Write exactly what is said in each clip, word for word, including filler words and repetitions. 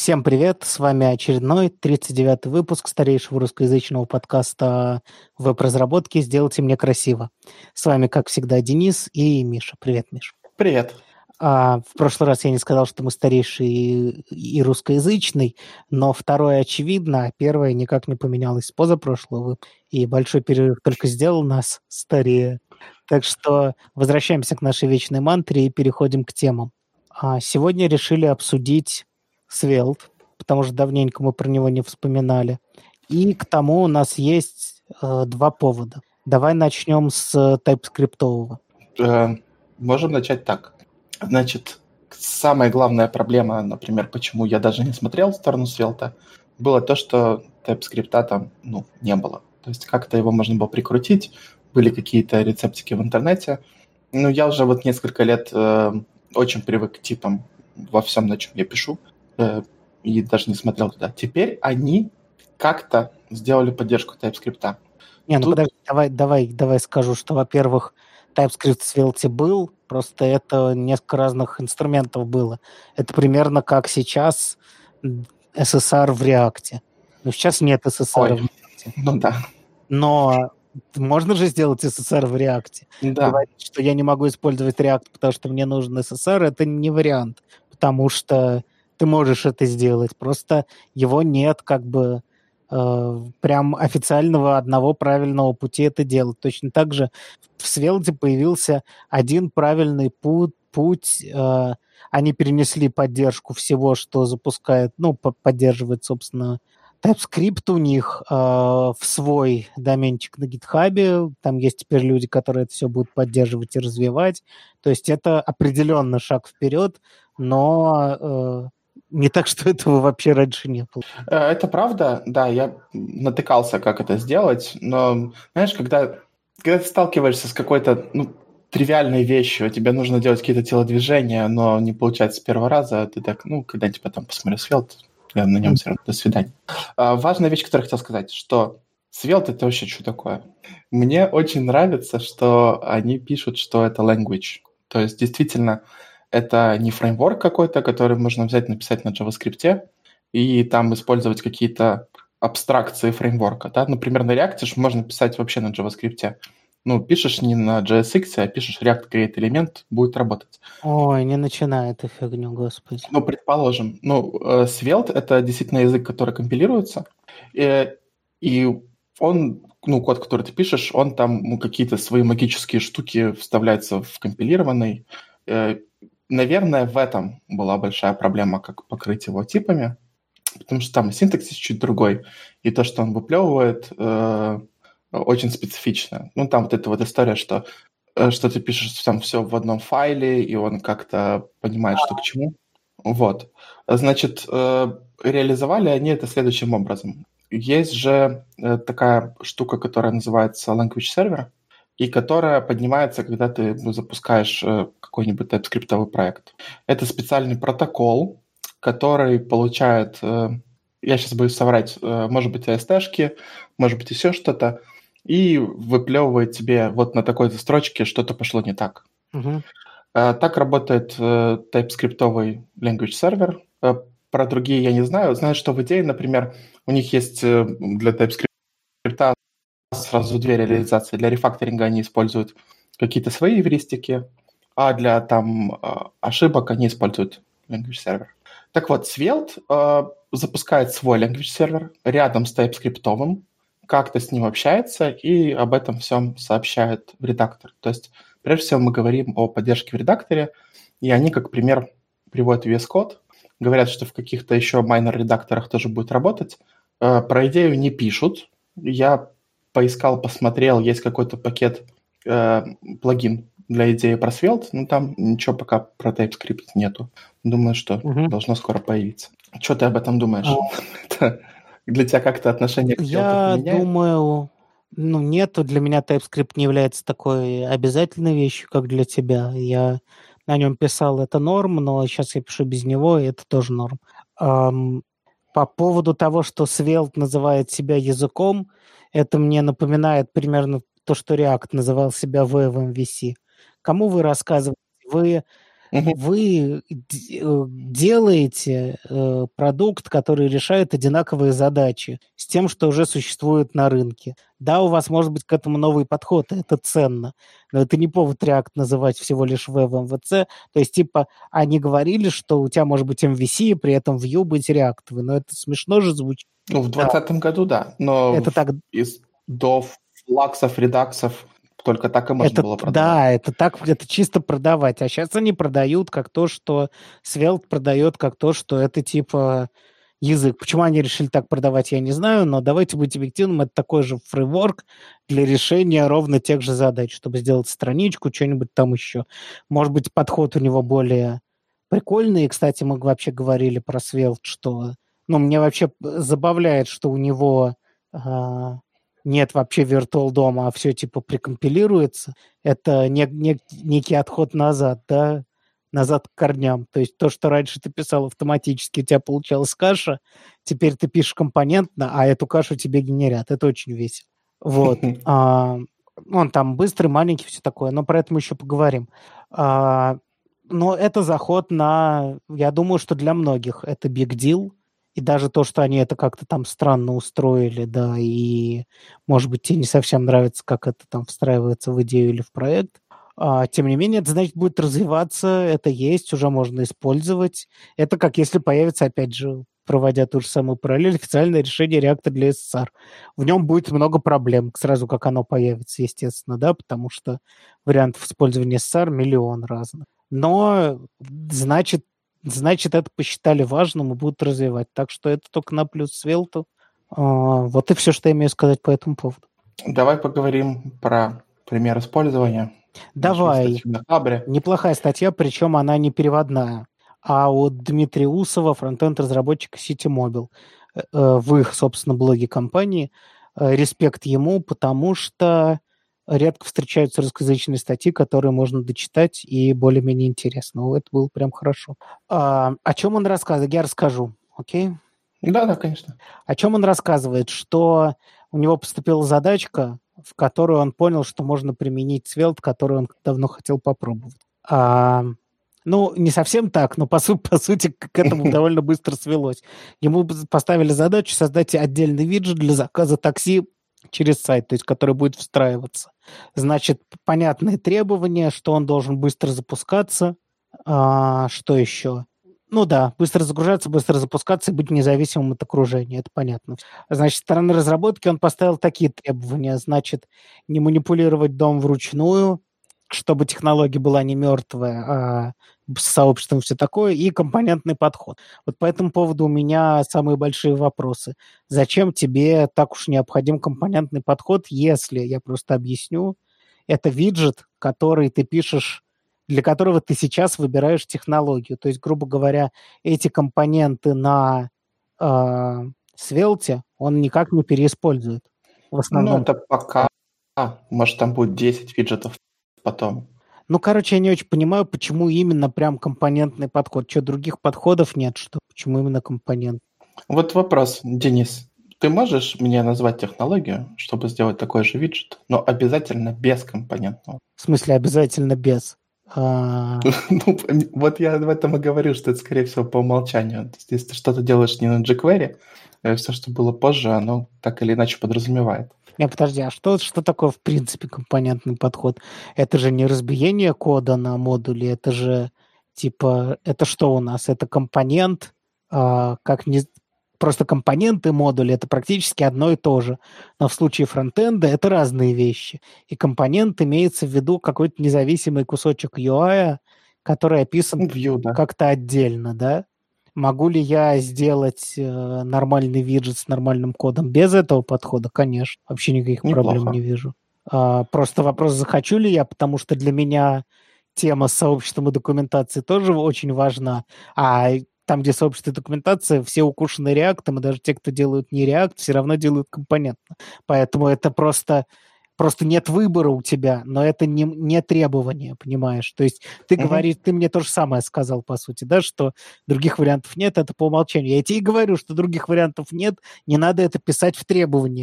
Всем привет, с вами очередной тридцать девятый выпуск старейшего русскоязычного подкаста веб-разработки «Сделайте мне красиво». С вами, как всегда, Денис и Миша. Привет, Миша. Привет. А, в прошлый раз я не сказал, что мы старейший и, и русскоязычный, но второе очевидно, а первое никак не поменялось с позапрошлого, и большой перерыв только сделал нас старее. Так что возвращаемся к нашей вечной мантре и переходим к темам. А, сегодня решили обсудить Svelte, потому что давненько мы про него не вспоминали. И к тому у нас есть э, два повода. Давай начнем с TypeScript-ового. Э, можем начать так. Значит, самая главная проблема, например, почему я даже не смотрел в сторону Svelte, было то, что TypeScript там ну, не было. То есть как-то его можно было прикрутить, были какие-то рецептики в интернете. Ну, я уже вот несколько лет э, очень привык к типам во всем, на чем я пишу, э, и даже не смотрел туда. Теперь они как-то сделали поддержку TypeScript. Не, ну Тут... подожди, давай, давай, давай скажу, что, во-первых, TypeScript в Svelte был, просто это несколько разных инструментов было. Это примерно как сейчас эс эс ар в React. Но сейчас нет эс эс ар Ой, в React. Ну да. Но можно же сделать эс эс ар в React. Да. Говорить, что я не могу использовать React, потому что мне нужен эс эс ар, это не вариант. Потому что ты можешь это сделать. Просто его нет как бы э, прям официального одного правильного пути это делать. Точно так же в Svelte появился один правильный путь. путь э, они перенесли поддержку всего, что запускает, ну, поддерживает, собственно, TypeScript у них э, в свой доменчик на GitHub. Там есть теперь люди, которые это все будут поддерживать и развивать. То есть это определенно шаг вперед, но э, не так, что этого вообще раньше не было. Это правда, да, я натыкался, как это сделать, но, знаешь, когда, когда ты сталкиваешься с какой-то ну, тривиальной вещью, тебе нужно делать какие-то телодвижения, но не получается с первого раза, ты так, ну, когда-нибудь потом посмотрю Svelte, я на нем mm-hmm. все равно, до свидания. А, важная вещь, которую я хотел сказать, что Svelte — это вообще что такое? Мне очень нравится, что они пишут, что это language, то есть действительно это не фреймворк какой-то, который можно взять, написать на JavaScript и там использовать какие-то абстракции фреймворка. Да? Например, на React можно писать вообще на JavaScript. Ну, пишешь не на джей эс икс, а пишешь React Create элемент, будет работать. Ой, не начинай эту фигню, господи. Ну, предположим. Ну, Svelte — это действительно язык, который компилируется, и, и он, ну, код, который ты пишешь, он там ну, какие-то свои магические штуки вставляется в компилированный. Наверное, в этом была большая проблема, как покрыть его типами, потому что там синтаксис чуть другой, и то, что он выплевывает, э, очень специфично. Ну, там вот эта вот история, что, э, что ты пишешь там все в одном файле, и он как-то понимает, что к чему. Вот. Значит, э, реализовали они это следующим образом. Есть же э, такая штука, которая называется Language Server, и которая поднимается, когда ты ну, запускаешь э, какой-нибудь TypeScript проект. Это специальный протокол, который получает, э, я сейчас боюсь соврать, э, может быть, эй эс ти-шки, может быть, еще что-то, и выплевывает тебе вот на такой-то строчке что-то пошло не так. Uh-huh. Э, так работает э, TypeScript-овый language server. Э, про другие я не знаю. Знаю, что в идее, например, у них есть э, для TypeScript сразу две реализации. Для рефакторинга они используют какие-то свои эвристики, а для там ошибок они используют language server. Так вот, Svelte э, запускает свой language server рядом с TypeScript-овым, как-то с ним общается и об этом всем сообщает в редактор. То есть, прежде всего, мы говорим о поддержке в редакторе, и они, как пример, приводят ви эс Code, говорят, что в каких-то еще майнор-редакторах тоже будет работать. Э, про идею не пишут. Я поискал, посмотрел, есть какой-то пакет, э, плагин для идеи про Svelte, но там ничего пока про TypeScript нету. Думаю, что Uh-huh. должно скоро появиться. Что ты об этом думаешь? Uh-huh. Для тебя как-то отношение к Svelte Я поменяет? думаю, ну, нету. Для меня TypeScript не является такой обязательной вещью, как для тебя. Я на нем писал, это норм, но сейчас я пишу без него, и это тоже норм. Um, по поводу того, что Svelte называет себя языком, это мне напоминает примерно то, что React называл себя ви в эм ви си. Кому вы рассказываете? Вы Мгм. Вы д- э, делаете э, продукт, который решает одинаковые задачи с тем, что уже существует на рынке. Да, у вас может быть к этому новый подход, и это ценно, но это не повод React называть всего лишь Web эм ви си. То есть, типа, они говорили, что у тебя может быть эм ви си, и при этом Vue быть реактовый, но это смешно же звучит. Ну, в Да, двадцатом году, да, но это в- так. из, до флаксов, редаксов только так и можно Это, было продавать. да, это так, это чисто продавать. А сейчас они продают как то, что Svelte продает как то, что это типа язык. Почему они решили так продавать, я не знаю, но давайте быть объективным, это такой же фреймворк для решения ровно тех же задач, чтобы сделать страничку, что-нибудь там еще. Может быть, подход у него более прикольный. И, кстати, мы вообще говорили про Svelte, что... Ну, мне вообще забавляет, что у него... а, нет вообще Virtual дома, а все типа прикомпилируется, это не, не, некий отход назад, да, назад к корням. То есть то, что раньше ты писал автоматически, у тебя получалась каша, теперь ты пишешь компонентно, а эту кашу тебе генерят. Это очень весело. Вот. А, он там быстрый, маленький, все такое, но про это мы еще поговорим. А, но это заход на... Я думаю, что для многих это big deal. И даже то, что они это как-то там странно устроили, да, и, может быть, тебе не совсем нравится, как это там встраивается в идею или в проект. А, тем не менее, это, значит, будет развиваться, это есть, уже можно использовать. Это как если появится, опять же, проводя ту же самую параллель, официальное решение реактора для эс эс ар. В нем будет много проблем, сразу как оно появится, естественно, да, потому что вариантов использования эс эс ар миллион разных. Но, значит, Значит, это посчитали важным и будут развивать. Так что это только на плюс Svelte. А, вот и все, что я имею сказать по этому поводу. Давай поговорим про пример использования. Давай. На Хабре. Неплохая статья, причем она не переводная. А от Дмитрия Усова, фронтенд-разработчика Citymobil, в их, собственно, блоге компании. Респект ему, потому что редко встречаются русскоязычные статьи, которые можно дочитать и более-менее интересно. Это было прям хорошо. А, о чем он рассказывает? Я расскажу, окей? Да, да, конечно. О чем он рассказывает? Что у него поступила задачка, в которую он понял, что можно применить Svelte, который он давно хотел попробовать. А, ну, не совсем так, но по, су- по сути к этому довольно быстро свелось. Ему поставили задачу создать отдельный виджет для заказа такси через сайт, то есть который будет встраиваться. Значит, понятные требования, что он должен быстро запускаться. А, что еще? Ну да, быстро загружаться, быстро запускаться и быть независимым от окружения, это понятно. Значит, со стороны разработки он поставил такие требования. Значит, не манипулировать дом вручную, чтобы технология была не мертвая, а с сообществом все такое, и компонентный подход. Вот по этому поводу у меня самые большие вопросы. Зачем тебе так уж необходим компонентный подход, если, я просто объясню, это виджет, который ты пишешь, для которого ты сейчас выбираешь технологию. То есть, грубо говоря, эти компоненты на э, Svelte он никак не переиспользует. В Ну, основном. это пока. А, может, там будет десять виджетов потом. Ну, короче, я не очень понимаю, почему именно прям компонентный подход. Что, других подходов нет, что? Почему именно компонент? Вот вопрос, Денис. Ты можешь мне назвать технологию, чтобы сделать такой же виджет, но обязательно без компонентного? В смысле, обязательно без? А, Ну, вот я в этом и говорю, что это, скорее всего, по умолчанию. То есть, если ты что-то делаешь не на jQuery, все, что было позже, оно так или иначе подразумевает. Не, подожди, а что, что такое, в принципе, компонентный подход? Это же не разбиение кода на модули, это же, типа, это что у нас? Это компонент, а, как не... Просто компоненты модули — это практически одно и то же. Но в случае фронтенда это разные вещи. И компонент имеется в виду какой-то независимый кусочек ю ай, который описан Vue, да. как-то отдельно, да? Могу ли я сделать э, нормальный виджет с нормальным кодом без этого подхода? Конечно. Вообще никаких Неплохо. проблем не вижу. А, просто вопрос, захочу ли я, потому что для меня тема с сообществом и документацией тоже очень важна. А там, где сообщество и документация, все укушены реактом, и даже те, кто делают не реакт, все равно делают компонентно. Поэтому это просто... Просто нет выбора у тебя, но это не, не требование, понимаешь? То есть ты Мгм. говоришь, ты мне то же самое сказал, по сути, да, что других вариантов нет, это по умолчанию. Я тебе и говорю, что других вариантов нет, не надо это писать в требованиях.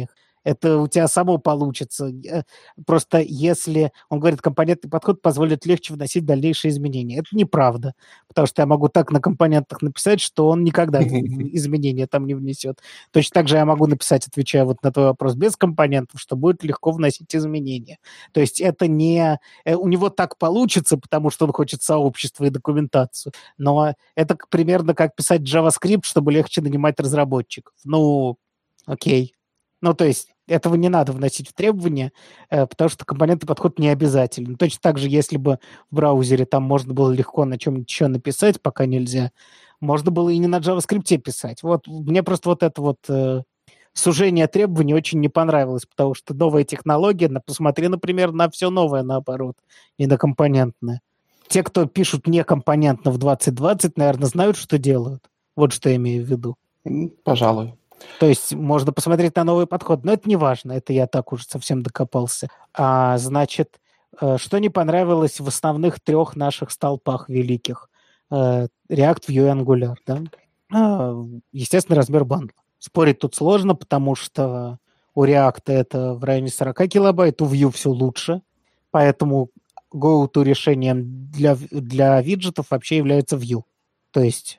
Это у тебя само получится. Просто если, он говорит, компонентный подход позволит легче вносить дальнейшие изменения. Это неправда, потому что я могу так на компонентах написать, что он никогда изменения там не внесет. Точно так же я могу написать, отвечая вот на твой вопрос, без компонентов, что будет легко вносить изменения. То есть это не... У него так получится, потому что он хочет сообщество и документацию. Но это примерно как писать JavaScript, чтобы легче нанимать разработчиков. Ну, окей. Ну, то есть этого не надо вносить в требования, потому что компонентный подход не обязателен. Точно так же, если бы в браузере там можно было легко на чем-нибудь еще написать, пока нельзя, можно было и не на JavaScript писать. Вот мне просто вот это вот э, сужение требований очень не понравилось, потому что новая технология, на, посмотри, например, на все новое наоборот, не на компонентное. Те, кто пишут некомпонентно в двадцать двадцать, наверное, знают, что делают. Вот что я имею в виду. Пожалуй. То есть можно посмотреть на новый подход, но это не важно, это я так уже совсем докопался. А, значит, что не понравилось в основных трех наших столпах великих? React, Vue и Angular, да? А, естественно, размер бандла. Спорить тут сложно, потому что у React это в районе сорок килобайт, у Vue все лучше, поэтому go-to решением для, для виджетов вообще является Vue. То есть...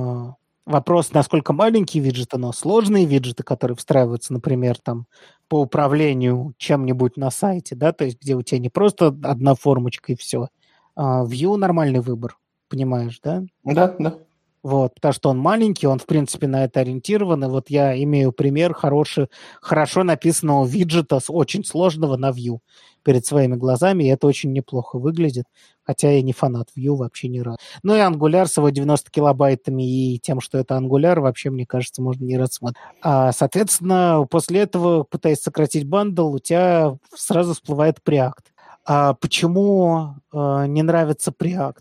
Вопрос, насколько маленькие виджеты, но сложные виджеты, которые встраиваются, например, там, по управлению чем-нибудь на сайте, да, то есть где у тебя не просто одна формочка и все. А Vue нормальный выбор, понимаешь, да? Да, да. Вот, потому что он маленький, он, в принципе, на это ориентирован, и вот я имею пример хороший, хорошо написанного виджета, очень сложного на Vue перед своими глазами, и это очень неплохо выглядит, хотя я не фанат Vue вообще ни разу. Ну и Angular с его девяноста килобайтами и тем, что это Angular, вообще, мне кажется, можно не рассматривать. А, соответственно, после этого, пытаясь сократить бандл, у тебя сразу всплывает Preact. А почему а, не нравится Preact?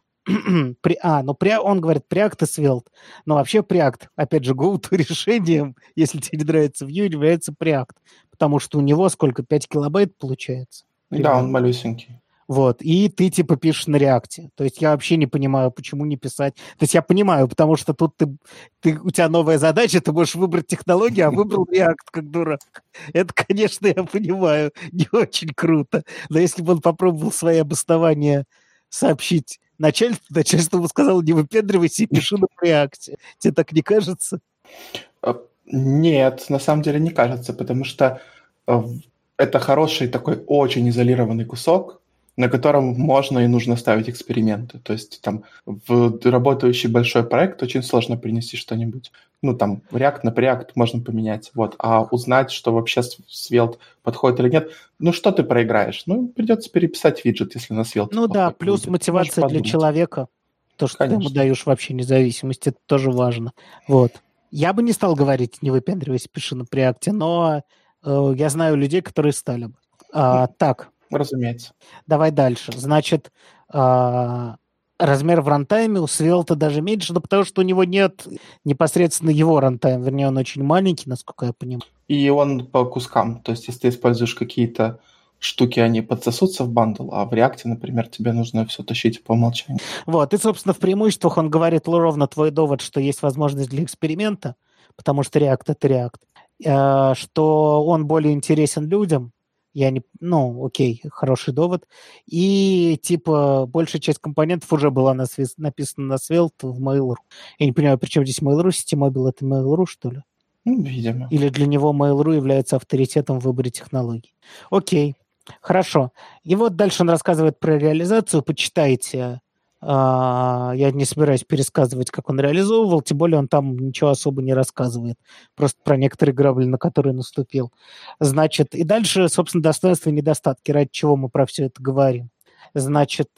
А, ну он говорит Preact и Svelte. Но вообще Preact, опять же, go-to решением, если тебе не нравится Vue, является Preact. Потому что у него сколько? пять килобайт получается? Примерно. Да, он малюсенький. Вот, и ты типа пишешь на React. То есть я вообще не понимаю, почему не писать. То есть я понимаю, потому что тут ты, ты, у тебя новая задача, ты можешь выбрать технологию, а выбрал React как дурак. Это, конечно, я понимаю, не очень круто. Но если бы он попробовал свои обоснования сообщить начальству, начальство бы сказало, не выпендривайся и пиши на React. Тебе так не кажется? Нет, на самом деле не кажется, потому что это хороший такой очень изолированный кусок, на котором можно и нужно ставить эксперименты. То есть там в работающий большой проект очень сложно принести что-нибудь. Ну, там, React на Preact можно поменять. Вот. А узнать, что вообще Svelte подходит или нет, ну, что ты проиграешь? Ну, придется переписать виджет, если на Svelte. Ну да, плюс будет. Мотивация для человека. То, что Конечно. Ты ему даешь вообще независимость, это тоже важно. Вот. Я бы не стал говорить, не выпендривайся, пиши на Preact, но э, я знаю людей, которые стали бы. А, так. Разумеется. Давай дальше. Значит, э, размер в рантайме у Svelte даже меньше, но потому что у него нет непосредственно его рантайм. Вернее, он очень маленький, насколько я понимаю. И он по кускам. То есть, если ты используешь какие-то штуки, они подсосутся в бандл, а в React, например, тебе нужно все тащить по умолчанию. Вот. И, собственно, в преимуществах он говорит ровно твой довод, что есть возможность для эксперимента, потому что React — это React, э, что он более интересен людям. Я не... Ну, окей, хороший довод. И, типа, большая часть компонентов уже была на све... написана на Svelte в Mail.ru. Я не понимаю, при чем здесь Mail.ru? Ситимобил — это Mail.ru, что ли? Ну, видимо. Или для него Mail.ru является авторитетом в выборе технологий. Окей, хорошо. И вот дальше он рассказывает про реализацию. Почитайте. Я не собираюсь пересказывать, как он реализовывал, тем более он там ничего особо не рассказывает. Просто про некоторые грабли, на которые наступил. Значит, и дальше, собственно, достоинства и недостатки, ради чего мы про все это говорим. Значит,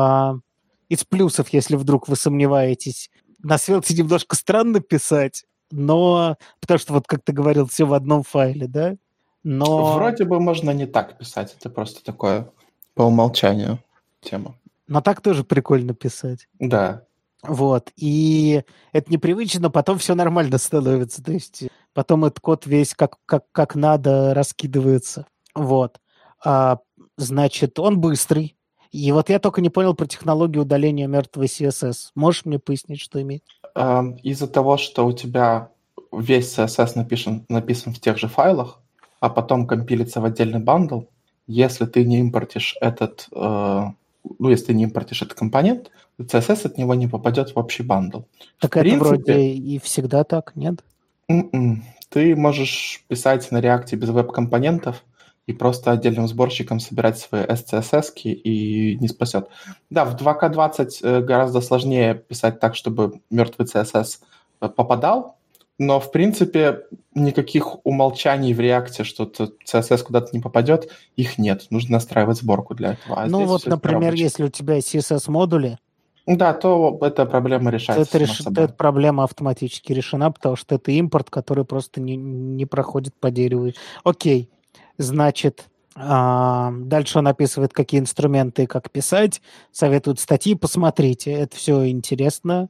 из плюсов, если вдруг вы сомневаетесь, на Svelte немножко странно писать, но... Потому что, вот как ты говорил, все в одном файле, да? Но... Вроде бы можно не так писать, это просто такое по умолчанию тема. Но так тоже прикольно писать. Да. Вот. И это непривычно, потом все нормально становится. То есть потом этот код весь как, как, как надо раскидывается. Вот. А, значит, он быстрый. И вот я только не понял про технологию удаления мертвого си эс эс. Можешь мне пояснить, что имеет? Из-за того, что у тебя весь си эс эс написан, написан в тех же файлах, а потом компилится в отдельный бандл, если ты не импортишь этот, э, ну, если ты не импортишь этот компонент, си эс эс от него не попадет в общий бандл. Так В это принципе, вроде и всегда так, нет? м-м, ты можешь писать на React без веб-компонентов и просто отдельным сборщиком собирать свои эс си эс эс-ки и не спасет. Да, в два ка двадцать гораздо сложнее писать так, чтобы мертвый си эс эс попадал, но, в принципе, никаких умолчаний в React, что си эс эс куда-то не попадет, их нет. Нужно настраивать сборку для этого. А ну здесь вот, все например, рабочее. если у тебя си эс эс-модули, Да, то эта проблема то, решается это сама реш... то собой. эта проблема автоматически решена, потому что это импорт, который просто не, не проходит по дереву. Окей, значит, а, дальше он описывает, какие инструменты и как писать, советует статьи, посмотрите, это все интересно.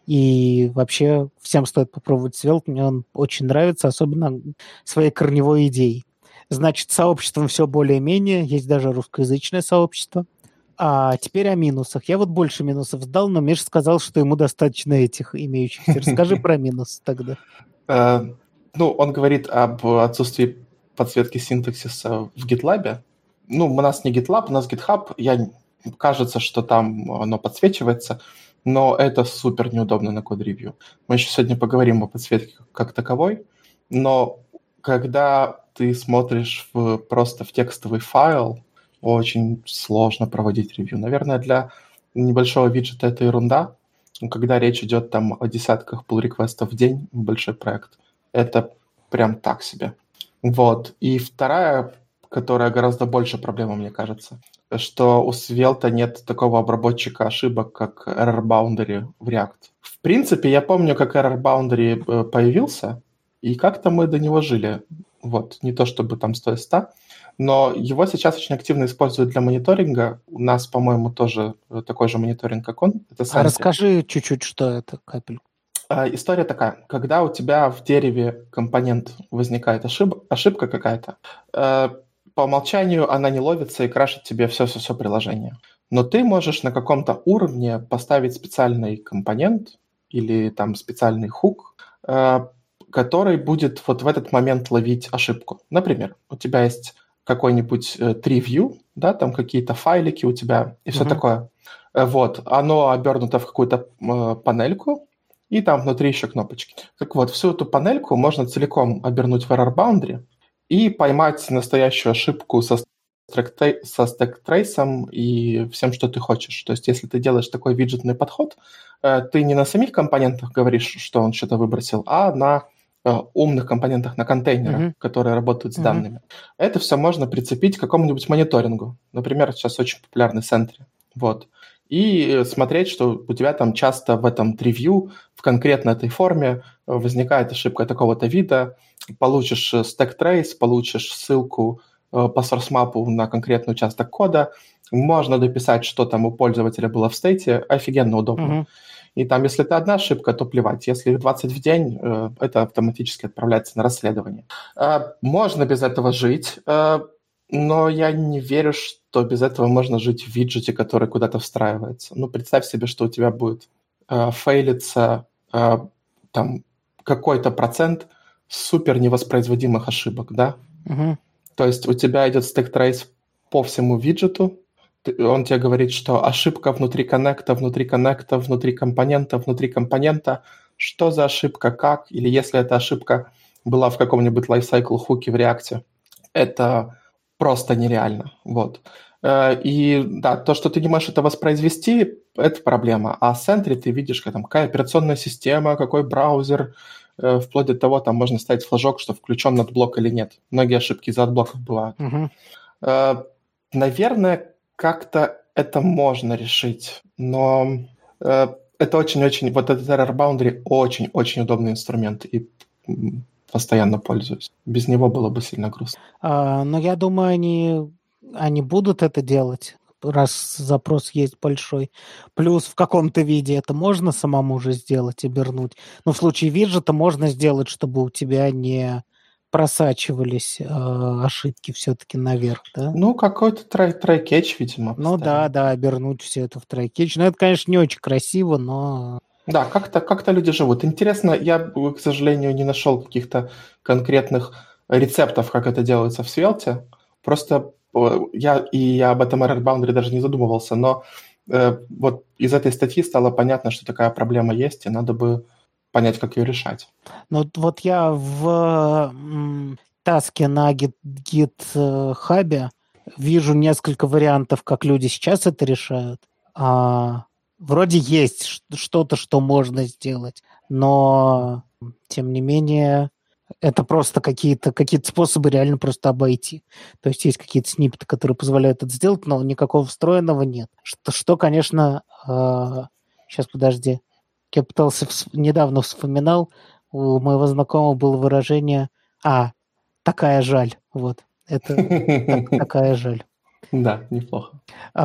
И вообще всем стоит попробовать Svelte, мне он очень нравится, особенно своей корневой идеей. Значит, сообществом все более-менее, есть даже русскоязычное сообщество. А теперь о минусах. Я вот больше минусов сдал, но Миша сказал, что ему достаточно этих имеющихся. Расскажи про минус тогда. Э, Ну, он говорит об отсутствии подсветки синтаксиса в GitLab. Ну, у нас не GitLab, у нас GitHub. Я, кажется, что там оно подсвечивается, но это супер неудобно на код-ревью. Мы еще сегодня поговорим о подсветке как таковой, но когда ты смотришь в, просто в текстовый файл, очень сложно проводить ревью. Наверное, для небольшого виджета это ерунда, но когда речь идет там о десятках pull-реквестов в день, большой проект, это прям так себе. Вот. И вторая, которая гораздо больше проблема, мне кажется, что у Svelte нет такого обработчика ошибок, как Error Boundary в React. В принципе, я помню, как Error Boundary появился, и как-то мы до него жили. Вот. Не то чтобы там сто из ста, но его сейчас очень активно используют для мониторинга. У нас, по-моему, тоже такой же мониторинг, как он. Это А расскажи чуть-чуть, что это, капельку. История такая. Когда у тебя в дереве компонент возникает ошиб... ошибка какая-то, э, по умолчанию она не ловится и крашит тебе все-все-все приложение. Но ты можешь на каком-то уровне поставить специальный компонент или там специальный хук, э, который будет вот в этот момент ловить ошибку. Например, у тебя есть какой-нибудь э, TreeView, да, там какие-то файлики у тебя и все Мгм. такое. Э, вот, оно обернуто в какую-то э, панельку, и там внутри еще кнопочки. Так вот, всю эту панельку можно целиком обернуть в Error Boundary и поймать настоящую ошибку со со стэк-трейсом и всем, что ты хочешь. То есть, если ты делаешь такой виджетный подход, ты не на самих компонентах говоришь, что он что-то выбросил, а на умных компонентах, на контейнерах, Мгм. которые работают с Мгм. данными. Это все можно прицепить к какому-нибудь мониторингу. Например, сейчас очень популярный Sentry. Вот. И смотреть, что у тебя там часто в этом TreeView в конкретно этой форме возникает ошибка такого-то вида, получишь stack trace, получишь ссылку по source-мапу на конкретный участок кода, можно дописать, что там у пользователя было в стейте, офигенно удобно. Мгм. И там, если это одна ошибка, то плевать. Если их двадцать в день, это автоматически отправляется на расследование. Можно без этого жить, но я не верю, что без этого можно жить в виджете, который куда-то встраивается. Ну, представь себе, что у тебя будет э, фейлиться э, там какой-то процент супер невоспроизводимых ошибок, да? Мгм. То есть у тебя идет стэк-трейс по всему виджету, он тебе говорит, что ошибка внутри коннекта, внутри коннекта, внутри компонента, внутри компонента. Что за ошибка, как? Или если эта ошибка была в каком-нибудь lifecycle хуке в React, это просто нереально. Вот. И да, то, что ты не можешь это воспроизвести, это проблема. А в Sentry ты видишь, как, там, какая операционная система, какой браузер, вплоть до того, там можно ставить флажок, что включен надблок или нет. Многие ошибки из-за отблоков бывают. Мгм. Наверное, как-то это можно решить, но э, это очень-очень, вот этот Error Boundary очень-очень удобный инструмент, и м, постоянно пользуюсь. Без него было бы сильно грустно. А, но я думаю, они, они будут это делать, раз запрос есть большой. Плюс в каком-то виде это можно самому же сделать, обернуть. Но в случае виджета можно сделать, чтобы у тебя не просачивались э, ошибки все-таки наверх, да? Ну, какой-то try, try catch, видимо, Ну да, поставить. да, обернуть все это в try-catch. Ну, это, конечно, не очень красиво, но... Да, как-то как люди живут. Интересно, я, к сожалению, не нашел каких-то конкретных рецептов, как это делается в Svelte. Просто э, я, и я об этом error boundary даже не задумывался, но э, вот из этой статьи стало понятно, что такая проблема есть, и надо бы понять, как ее решать. Ну вот я в м, таске на Git, GitHub вижу несколько вариантов, как люди сейчас это решают. А, вроде есть ш- что-то, что можно сделать, но тем не менее это просто какие-то какие-то способы реально просто обойти. То есть есть какие-то сниппеты, которые позволяют это сделать, но никакого встроенного нет. Что, что конечно... а, сейчас, подожди. Я пытался, вс- недавно вспоминал, у моего знакомого было выражение «А, такая жаль». Вот, это так- такая жаль. Да, неплохо.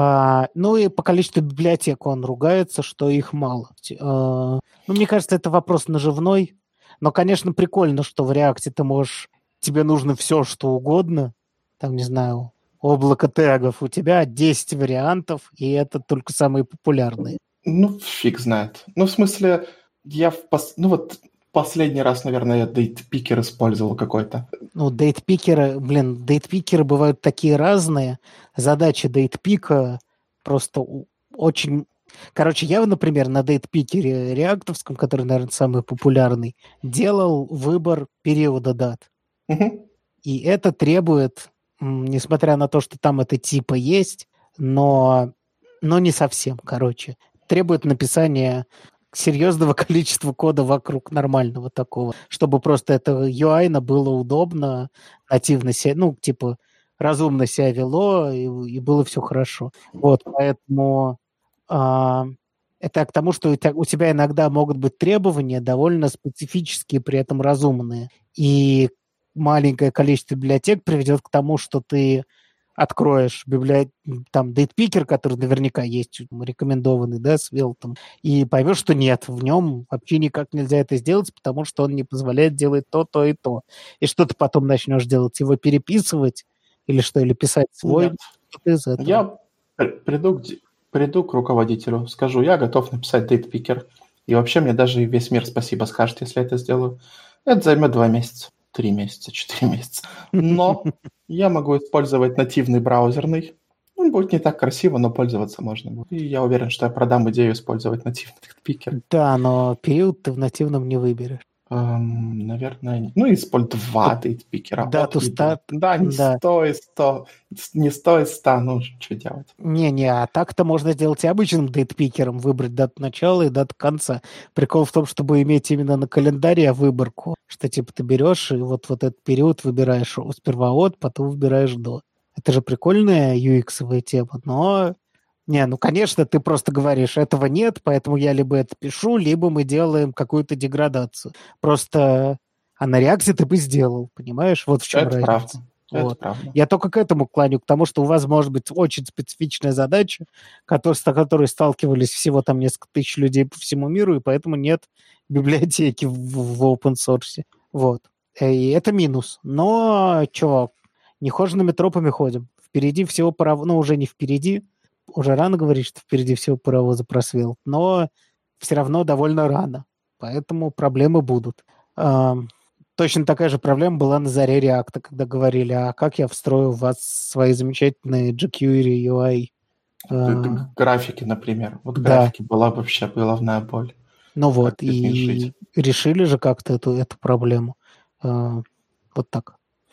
А, ну и по количеству библиотек он ругается, что их мало. А, ну, мне кажется, это вопрос наживной. Но, конечно, прикольно, что в React ты можешь... Тебе нужно все, что угодно. Там, не знаю, облако тегов. У тебя десять вариантов, и это только самые популярные. Ну, фиг знает. Ну, в смысле, я в пос... ну вот последний раз, наверное, я дейтпикер использовал какой-то. Ну, дейтпикеры, блин, дейтпикеры бывают такие разные. Задача дейтпика просто у- очень... Короче, я, например, на дейтпикере реактовском, который, наверное, самый популярный, делал выбор периода дат. Мгм. И это требует, м, несмотря на то, что там это типа есть, но, но не совсем, короче, требует написания серьезного количества кода вокруг нормального такого, чтобы просто это ю ай было удобно, нативно себя, ну, типа, разумно себя вело, и, и было все хорошо. Вот, поэтому а, это к тому, что у тебя, у тебя иногда могут быть требования довольно специфические, при этом разумные. И маленькое количество библиотек приведет к тому, что ты откроешь библиотеку, там, дейтпикер, который наверняка есть, рекомендованный, да, с Велтом, и поймешь, что нет, в нем вообще никак нельзя это сделать, потому что он не позволяет делать то, то и то. И что ты потом начнешь делать? Его переписывать или что? Или писать свой? Нет. Что-то из этого. Я при- приду к, ди- приду к руководителю, скажу, я готов написать дейтпикер. И вообще мне даже весь мир спасибо скажет, если я это сделаю. Это займет два месяца, три месяца, четыре месяца. Но я могу использовать нативный браузерный. Он будет не так красиво, но пользоваться можно будет. И я уверен, что я продам идею использовать нативный дейтпикер. Да, но период ты в нативном не выберешь. Эм, наверное, ну, используй два дейтпикера от Дату и до. старт, Да, не да. сто и сто, не сто и сто, ну, что делать? Не-не, а так-то можно сделать и обычным дейтпикером, выбрать дату начала и дату конца. Прикол в том, чтобы иметь именно на календаре выборку, что типа ты берешь и вот, вот этот период выбираешь сперва от, потом выбираешь до. Это же прикольная ю экс-овая тема, но... Не, ну, конечно, ты просто говоришь, этого нет, поэтому я либо это пишу, либо мы делаем какую-то деградацию. Просто... А на реакции ты бы сделал, понимаешь? Вот в чем Это правда, разница. это Вот. правда. Я только к этому клоню, к тому, что у вас может быть очень специфичная задача, который, с которой сталкивались всего там несколько тысяч людей по всему миру, и поэтому нет библиотеки в, в open source. Вот. И это минус. Но, чувак, нехоженными тропами ходим. Впереди всего паровоза, ну, уже не впереди, уже рано говорить, что впереди всего паровоза просвел, но все равно довольно рано. Поэтому проблемы будут. Ам, Точно такая же проблема была на заре React, когда говорили, а как я встрою в вас свои замечательные jQuery ю ай? Г- г- А, Графики, например. Вот да, графики была вообще головная боль. ну Как вот, без них жить? и решили же как-то эту, эту проблему. А, вот так.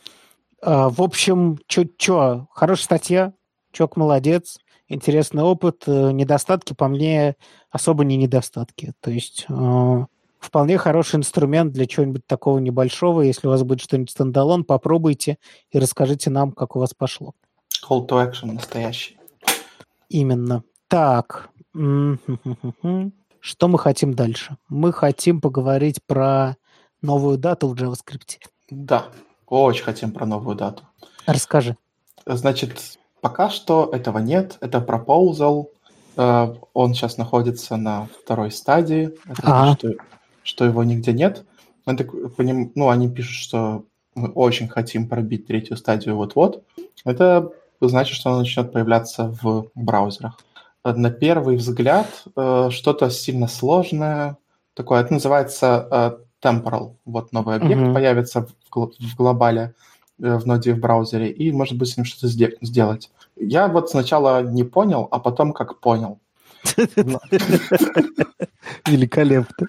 А, в общем, чё, чё, хорошая статья, Чок молодец, интересный опыт, э, недостатки по мне особо не недостатки. То есть э, вполне хороший инструмент для чего-нибудь такого небольшого. Если у вас будет что-нибудь стендалон, попробуйте и расскажите нам, как у вас пошло. Call to action настоящий. Именно. Так. М-м-м-м-м. Что мы хотим дальше? Мы хотим поговорить про новую дату в JavaScript. Да, очень хотим про новую дату. Расскажи. Значит, пока что этого нет. Это proposal. Э, Он сейчас находится на второй стадии. Это А, значит, что, что его нигде нет. Я так поним- Ну, они пишут, что мы очень хотим пробить третью стадию вот-вот. Это значит, что она начнет появляться в браузерах. Э, На первый взгляд э, что-то сильно сложное. Такое, это называется э, temporal. Вот новый объект uh-huh. появится в, гл- в глобале, э, в ноде в браузере, и, может быть, с ним что-то сде- сделать. Я вот сначала не понял, а потом как понял. Великолепно.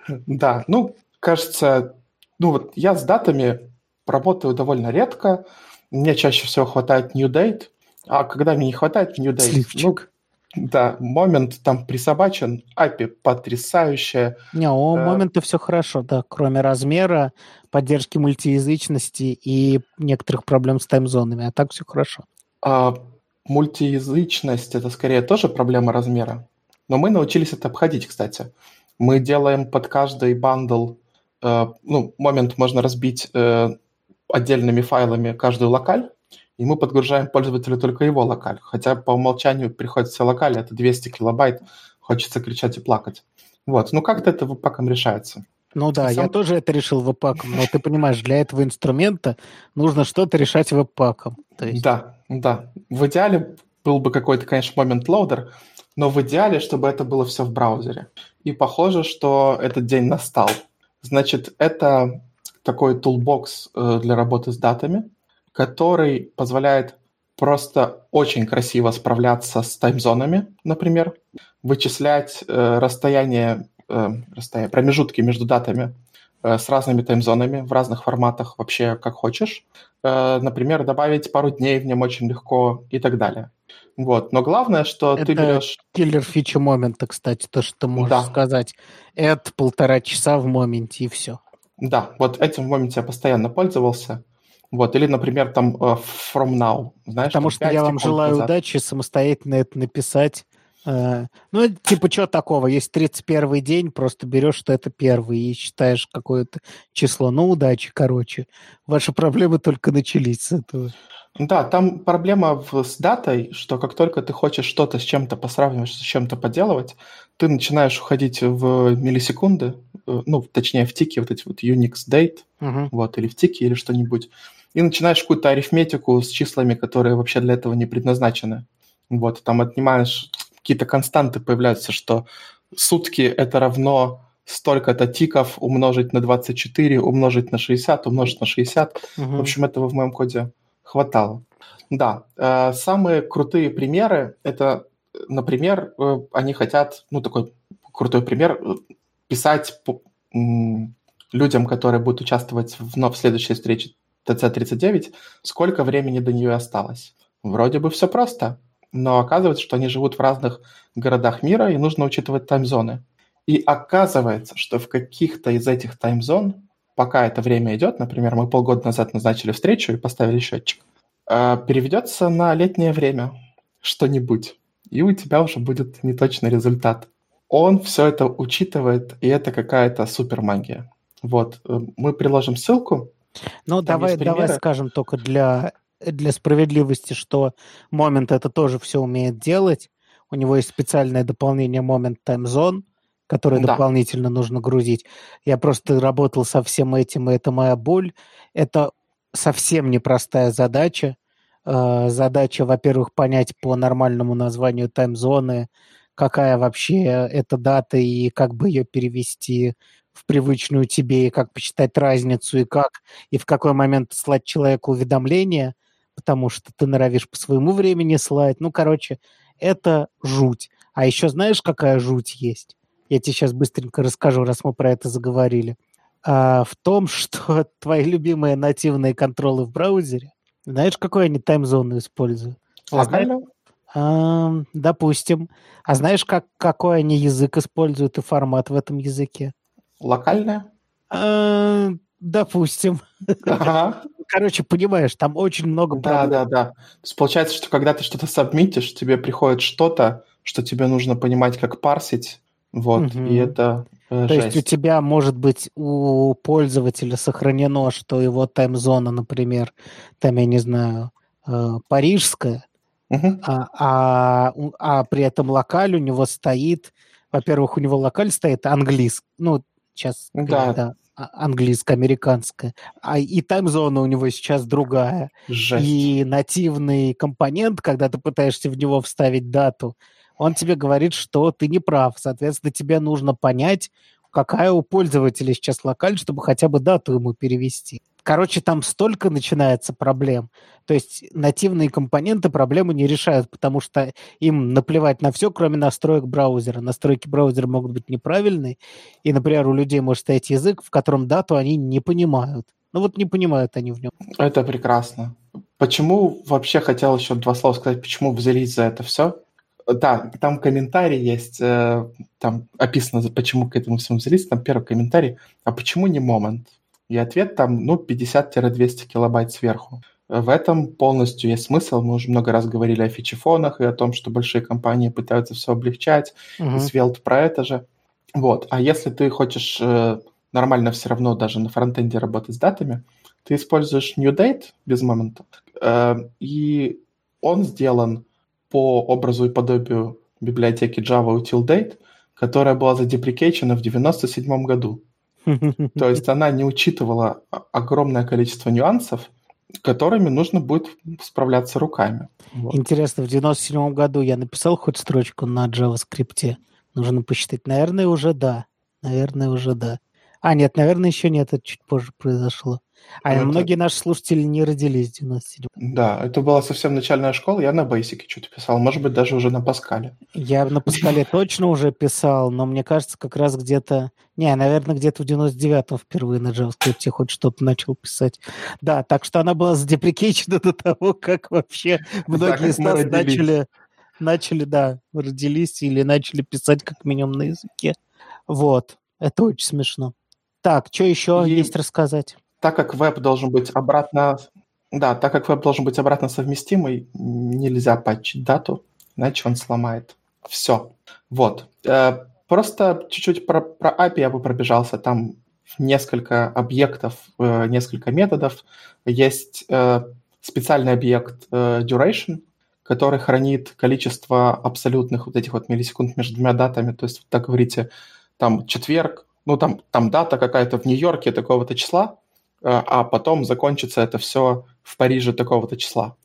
Да, ну, кажется, ну вот я с датами работаю довольно редко. Мне чаще всего хватает new date, а когда мне не хватает new date, Сливчик. ну, да, момент там присобачен, эй пи ай потрясающая. Не, у момента все хорошо, да, кроме размера, поддержки мультиязычности и некоторых проблем с таймзонами, а так все хорошо. А, мультиязычность — это скорее тоже проблема размера, но мы научились это обходить, кстати. Мы делаем под каждый бандл, э, ну, момент можно разбить э, отдельными файлами каждую локаль, и мы подгружаем пользователю только его локаль. Хотя по умолчанию приходится локаль, это двести килобайт, хочется кричать и плакать. Вот, ну как-то это веб-паком решается. Ну да, Сам... я тоже это решил веб-паком, но ты понимаешь, для этого инструмента нужно что-то решать веб-паком. Есть... Да, да. В идеале был бы какой-то, конечно, момент-лоудер, но в идеале, чтобы это было все в браузере. И похоже, что этот день настал. Значит, это такой тулбокс для работы с датами, который позволяет просто очень красиво справляться с таймзонами, например, вычислять э, расстояние, э, расстояние, промежутки между датами э, с разными таймзонами в разных форматах, вообще как хочешь. Э, например, добавить пару дней в нем очень легко и так далее. Вот. Но главное, что это ты берешь... киллер фича момента, кстати, то, что ты можешь да. сказать. Это полтора часа в моменте, и все. Да, вот этим в моменте я постоянно пользовался. Вот, или, например, там uh, from now, знаешь, потому что я вам желаю назад. удачи самостоятельно это написать. Uh, ну, типа, что такого? Есть тридцать первый день, просто берешь, что это первый, и считаешь какое-то число. Ну, удачи, короче. Ваши проблемы только начались с этого. Да, там проблема в, с датой, что как только ты хочешь что-то с чем-то посравнивать, с чем-то поделывать, ты начинаешь уходить в миллисекунды, ну, точнее, в тики, вот эти вот Unix date, uh-huh. вот, или в тики, или что-нибудь, и начинаешь какую-то арифметику с числами, которые вообще для этого не предназначены. Вот, там отнимаешь, какие-то константы появляются, что сутки — это равно столько-то тиков умножить на двадцать четыре, умножить на шестьдесят, умножить на шестьдесят. Uh-huh. В общем, этого в моем коде хватало. Да, э, самые крутые примеры — это, например, э, они хотят, ну, такой крутой пример, писать по, м, людям, которые будут участвовать в, в следующей встрече ти си тридцать девять, сколько времени до нее осталось. Вроде бы все просто, но оказывается, что они живут в разных городах мира, и нужно учитывать таймзоны. И оказывается, что в каких-то из этих таймзон, пока это время идет, например, мы полгода назад назначили встречу и поставили счетчик, переведется на летнее время что-нибудь, и у тебя уже будет неточный результат. Он все это учитывает, и это какая-то супер магия. Вот, мы приложим ссылку. Ну, давай, давай скажем только для, для справедливости, что Moment это тоже все умеет делать. У него есть специальное дополнение Moment Time Zone, которое да. дополнительно нужно грузить. Я просто работал со всем этим, и это моя боль. Это совсем непростая задача. Э, задача, во-первых, понять по нормальному названию таймзоны, какая вообще эта дата и как бы ее перевести в привычную тебе, и как посчитать разницу, и как, и в какой момент слать человеку уведомление, потому что ты норовишь по своему времени слать. Ну, короче, это жуть. А еще знаешь, какая жуть есть? Я тебе сейчас быстренько расскажу, раз мы про это заговорили. А, в том, что твои любимые нативные контролы в браузере, знаешь, какой они таймзону используют? Локально? А, допустим. А знаешь, как, какой они язык используют и формат в этом языке? Локальная? А, допустим. Ага. Короче, понимаешь, там очень много проблем. Да, да, да. То есть получается, что когда ты что-то сабмитишь, тебе приходит что-то, что тебе нужно понимать, как парсить, вот, угу. и это э, То жесть. есть у тебя, может быть, у пользователя сохранено, что его таймзона, например, там, я не знаю, э, парижская, угу. а, а, а при этом локаль у него стоит, во-первых, у него локаль стоит английский, ну, сейчас, да. да, английско-американская, а и таймзона у него сейчас другая. Жесть. И нативный компонент, когда ты пытаешься в него вставить дату, он тебе говорит, что ты не прав. Соответственно, тебе нужно понять, какая у пользователя сейчас локаль, чтобы хотя бы дату ему перевести. Короче, там столько начинается проблем. То есть нативные компоненты проблемы не решают, потому что им наплевать на все, кроме настроек браузера. Настройки браузера могут быть неправильные, и, например, у людей может стоять язык, в котором дату они не понимают. Ну вот не понимают они в нем. Это прекрасно. Почему вообще хотел еще два слова сказать, почему взялись за это все? Да, там комментарий есть, э, там описано, почему к этому всему взялись. Там первый комментарий, а почему не Moment? И ответ там, ну, пятьдесят-двести килобайт сверху. В этом полностью есть смысл. Мы уже много раз говорили о фичефонах и о том, что большие компании пытаются все облегчать. Uh-huh. И Svelte про это же. Вот. А если ты хочешь э, нормально все равно даже на фронтенде работать с датами, ты используешь NewDate без момента. Э, и он сделан по образу и подобию библиотеки Java UtilDate, которая была задеприкейчена в девяносто седьмом году. То есть она не учитывала огромное количество нюансов, которыми нужно будет справляться руками. Вот. Интересно, в девяносто седьмом году я написал хоть строчку на JavaScript? Нужно посчитать. Наверное, уже да. Наверное, уже да. А, нет, наверное, еще нет. Это чуть позже произошло. А это... многие наши слушатели не родились в девяносто седьмом. Да, это была совсем начальная школа. Я на Basic что-то писал. Может быть, даже уже на Паскале. Я на Паскале точно уже писал, но мне кажется, как раз где-то... Не, наверное, где-то в девяносто девятом впервые на JavaScript хоть что-то начал писать. Да, так что она была задеприкейчена до того, как вообще многие из нас начали... Начали, да, родились или начали писать как минимум на языке. Вот. Это очень смешно. Так, что еще И... есть рассказать? Так как веб должен быть обратно, да, так как веб должен быть обратно совместимый, нельзя патчить дату, иначе он сломает все. Вот. Просто чуть-чуть про, про эй пи ай я бы пробежался. Там несколько объектов, несколько методов. Есть специальный объект duration, который хранит количество абсолютных вот этих вот миллисекунд между двумя датами. То есть, так говорите, там четверг, ну там, там дата какая-то в Нью-Йорке такого-то числа, а потом закончится это все в Париже такого-то числа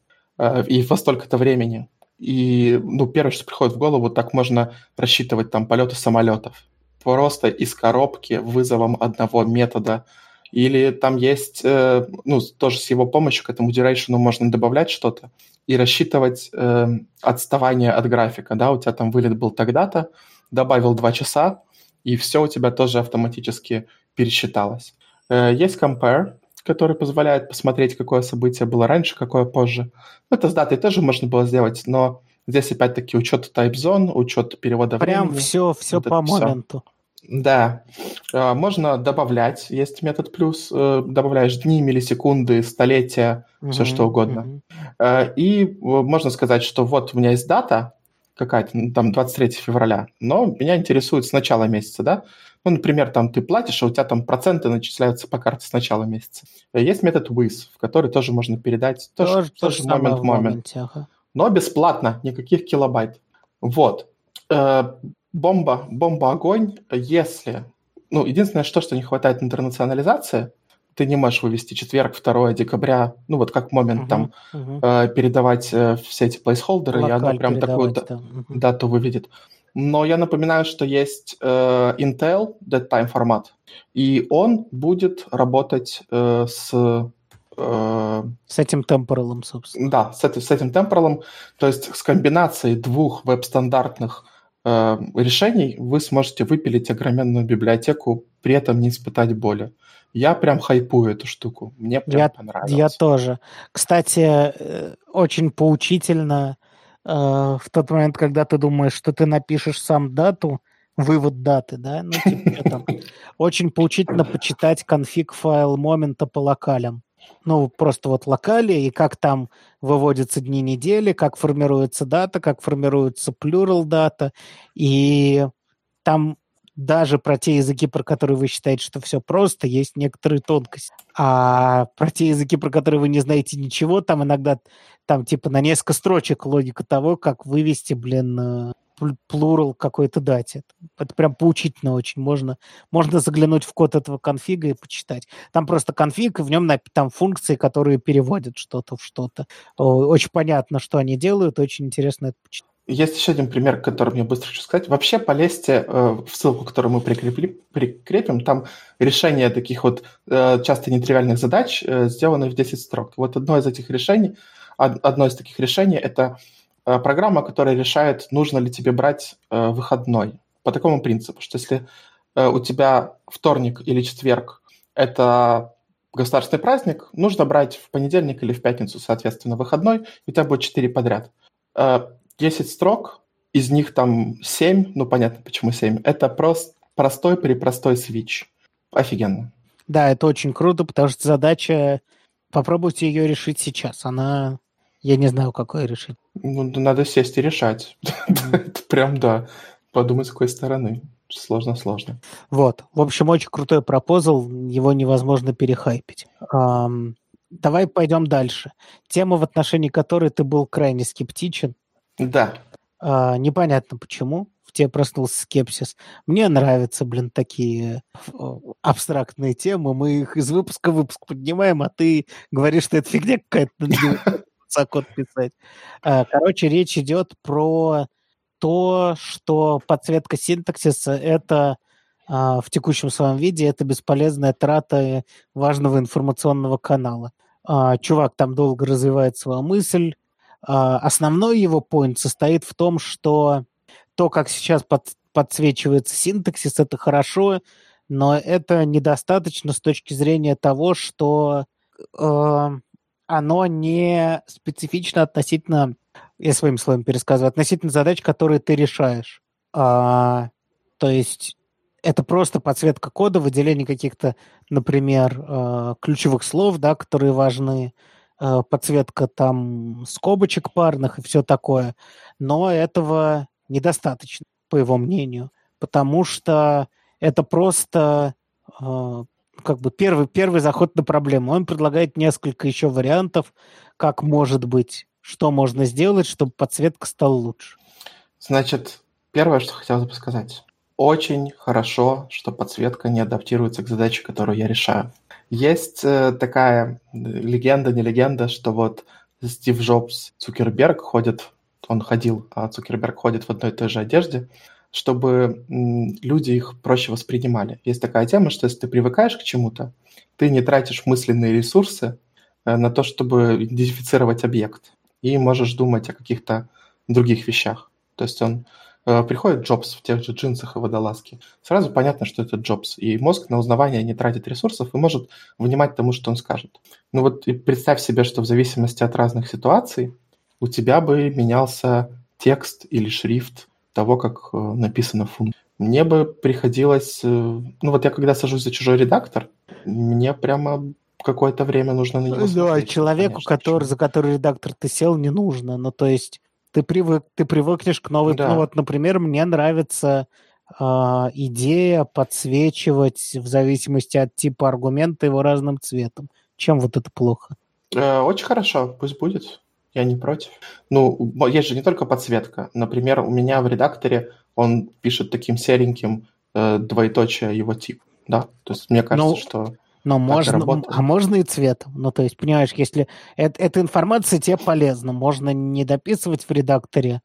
и во столько-то времени. И, ну, первое, что приходит в голову, так можно рассчитывать там полеты самолетов. Просто из коробки вызовом одного метода. Или там есть, ну, тоже с его помощью к этому duration можно добавлять что-то и рассчитывать э, отставание от графика. Да, у тебя там вылет был тогда-то, добавил два часа, и все у тебя тоже автоматически пересчиталось. Есть compare, который позволяет посмотреть, какое событие было раньше, какое позже. Это с датой тоже можно было сделать, но здесь опять-таки учет type zone, учет перевода Прям времени. Прям все, все вот по моменту. Да. Можно добавлять, есть метод плюс, добавляешь дни, миллисекунды, столетия, uh-huh, все что угодно. Uh-huh. И можно сказать, что вот у меня есть дата какая-то, там двадцать третьего февраля, но меня интересует с начала месяца, да? Ну, например, там ты платишь, а у тебя там проценты начисляются по карте с начала месяца. Есть метод with, в который тоже можно передать тоже, тоже момент-момент. Ага. Но бесплатно, никаких килобайт. Вот. Бомба, бомба-огонь, если... Ну, единственное, что, что не хватает интернационализации, ты не можешь вывести четверг, второго декабря, ну, вот как момент uh-huh, там uh-huh. Э, передавать э, все эти плейсхолдеры, и оно прям такую да. uh-huh. дату выведет. Но я напоминаю, что есть э, Intel Dead Time формат, и он будет работать э, с... Э, с этим темпоралом, собственно. Да, с, это, с этим темпоралом, то есть с комбинацией двух веб-стандартных э, решений вы сможете выпилить огроменную библиотеку, при этом не испытать боли. Я прям хайпую эту штуку, мне прям я, понравилось. Я тоже. Кстати, очень поучительно в тот момент, когда ты думаешь, что ты напишешь сам дату, вывод даты, да, ну, типа, там, очень поучительно почитать конфиг файл момента по локалям. Ну, просто вот локали, и как там выводятся дни недели, как формируется дата, как формируется plural дата, и там даже про те языки, про которые вы считаете, что все просто, есть некоторые тонкости. А про те языки, про которые вы не знаете ничего, там иногда там типа на несколько строчек логика того, как вывести, блин, плурал какой-то дате. Это прям поучительно очень. Можно, можно заглянуть в код этого конфига и почитать. Там просто конфиг, и в нем там функции, которые переводят что-то в что-то. Очень понятно, что они делают, очень интересно это почитать. Есть еще один пример, который мне быстро хочу сказать. Вообще полезьте э, в ссылку, которую мы прикрепли, прикрепим. Там решение таких вот э, часто нетривиальных задач э, сделано в десять строк. Вот одно из этих решений, од, одно из таких решений – это э, программа, которая решает, нужно ли тебе брать э, выходной. По такому принципу, что если э, у тебя вторник или четверг – это государственный праздник, нужно брать в понедельник или в пятницу, соответственно, выходной, и у тебя будет четыре подряд. десять строк, из них там семь, ну понятно, почему семь, это просто простой-препростой свич. Офигенно. Да, это очень круто, потому что задача, попробуйте ее решить сейчас. Она, я не знаю, какое решить. Ну, надо сесть и решать. Это прям, да, подумать, с какой стороны. Сложно-сложно. Вот. В общем, очень крутой пропозал, его невозможно перехайпить. Ам, давай пойдем дальше. Тема, в отношении которой ты был крайне скептичен. Да. А, непонятно почему. В тебе проснулся скепсис. Мне нравятся, блин, такие абстрактные темы. Мы их из выпуска в выпуск поднимаем, а ты говоришь, что это фигня какая-то, код писать. Короче, речь идет про то, что подсветка синтаксиса — это а, в текущем своем виде это бесполезная трата важного информационного канала. А, чувак там долго развивает свою мысль. А, основной его поинт состоит в том, что то, как сейчас под, подсвечивается синтаксис, это хорошо, но это недостаточно с точки зрения того, что э, оно не специфично относительно, я своим словом пересказываю, относительно задач, которые ты решаешь. А, то есть это просто подсветка кода, выделение каких-то, например, э, ключевых слов, да, которые важны, э, подсветка там скобочек парных и все такое. Но этого недостаточно, по его мнению, потому что это просто э, как бы первый, первый заход на проблему. Он предлагает несколько еще вариантов, как может быть, что можно сделать, чтобы подсветка стала лучше. Значит, первое, что хотелось бы сказать. Очень хорошо, что подсветка не адаптируется к задаче, которую я решаю. Есть э, такая легенда, не легенда, что вот Стив Джобс, Цукерберг ходят, он ходил, а Цукерберг ходит в одной и той же одежде, чтобы м, люди их проще воспринимали. Есть такая тема, что если ты привыкаешь к чему-то, ты не тратишь мысленные ресурсы э, на то, чтобы идентифицировать объект, и можешь думать о каких-то других вещах. То есть он э, приходит Джобс в тех же джинсах и водолазке, сразу понятно, что это Джобс, и мозг на узнавание не тратит ресурсов и может внимать тому, что он скажет. Ну вот и представь себе, что в зависимости от разных ситуаций у тебя бы менялся текст или шрифт того, как э, написано в функции. Мне бы приходилось... Э, ну вот я когда сажусь за чужой редактор, мне прямо какое-то время нужно на него смотреть. Да, человеку, который, за который редактор ты сел, не нужно. Ну, то есть ты, привык, ты привыкнешь к новой... Да. Ну, вот, например, мне нравится э, идея подсвечивать в зависимости от типа аргумента его разным цветом. Чем вот это плохо? Э, очень хорошо, пусть будет. Я не против. Ну, есть же не только подсветка. Например, у меня в редакторе он пишет таким сереньким э, двоеточие его тип. Да? То есть мне кажется, ну, что но можно, а можно и цветом. Ну, то есть, понимаешь, если это, эта информация тебе полезна, можно не дописывать в редакторе,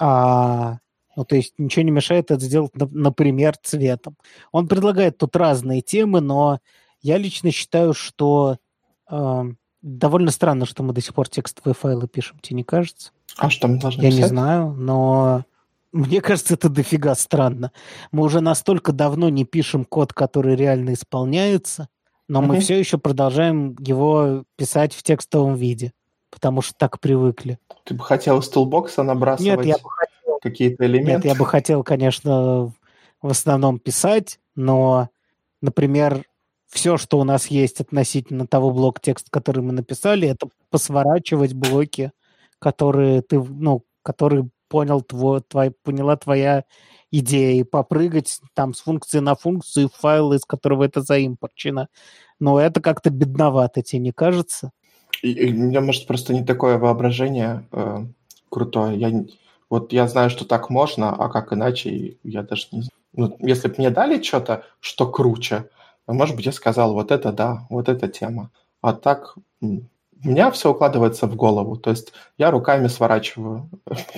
а... Ну, то есть ничего не мешает это сделать, например, цветом. Он предлагает тут разные темы, но я лично считаю, что... Э, довольно странно, что мы до сих пор текстовые файлы пишем, тебе не кажется? А что мы должны Я писать? не знаю, но мне кажется, это дофига странно. Мы уже настолько давно не пишем код, который реально исполняется, но угу. мы все еще продолжаем его писать в текстовом виде, потому что так привыкли. Ты бы хотел из тулбокса набрасывать Нет, я бы хотел, какие-то элементы? Нет, я бы хотел, конечно, в основном писать, но, например, все, что у нас есть относительно того блока текста, который мы написали, это посворачивать блоки, которые ты, ну, которые понял твой, твой, поняла твоя идея, и попрыгать там с функции на функцию в файл, из которого это заимпорчено. Но это как-то бедновато, тебе не кажется? И, и, у меня, может, просто не такое воображение э, крутое. Я, вот я знаю, что так можно, а как иначе, я даже не знаю. Ну, если бы мне дали что-то, что круче, может быть, я сказал, вот это да, вот эта тема. А так у меня все укладывается в голову. То есть я руками сворачиваю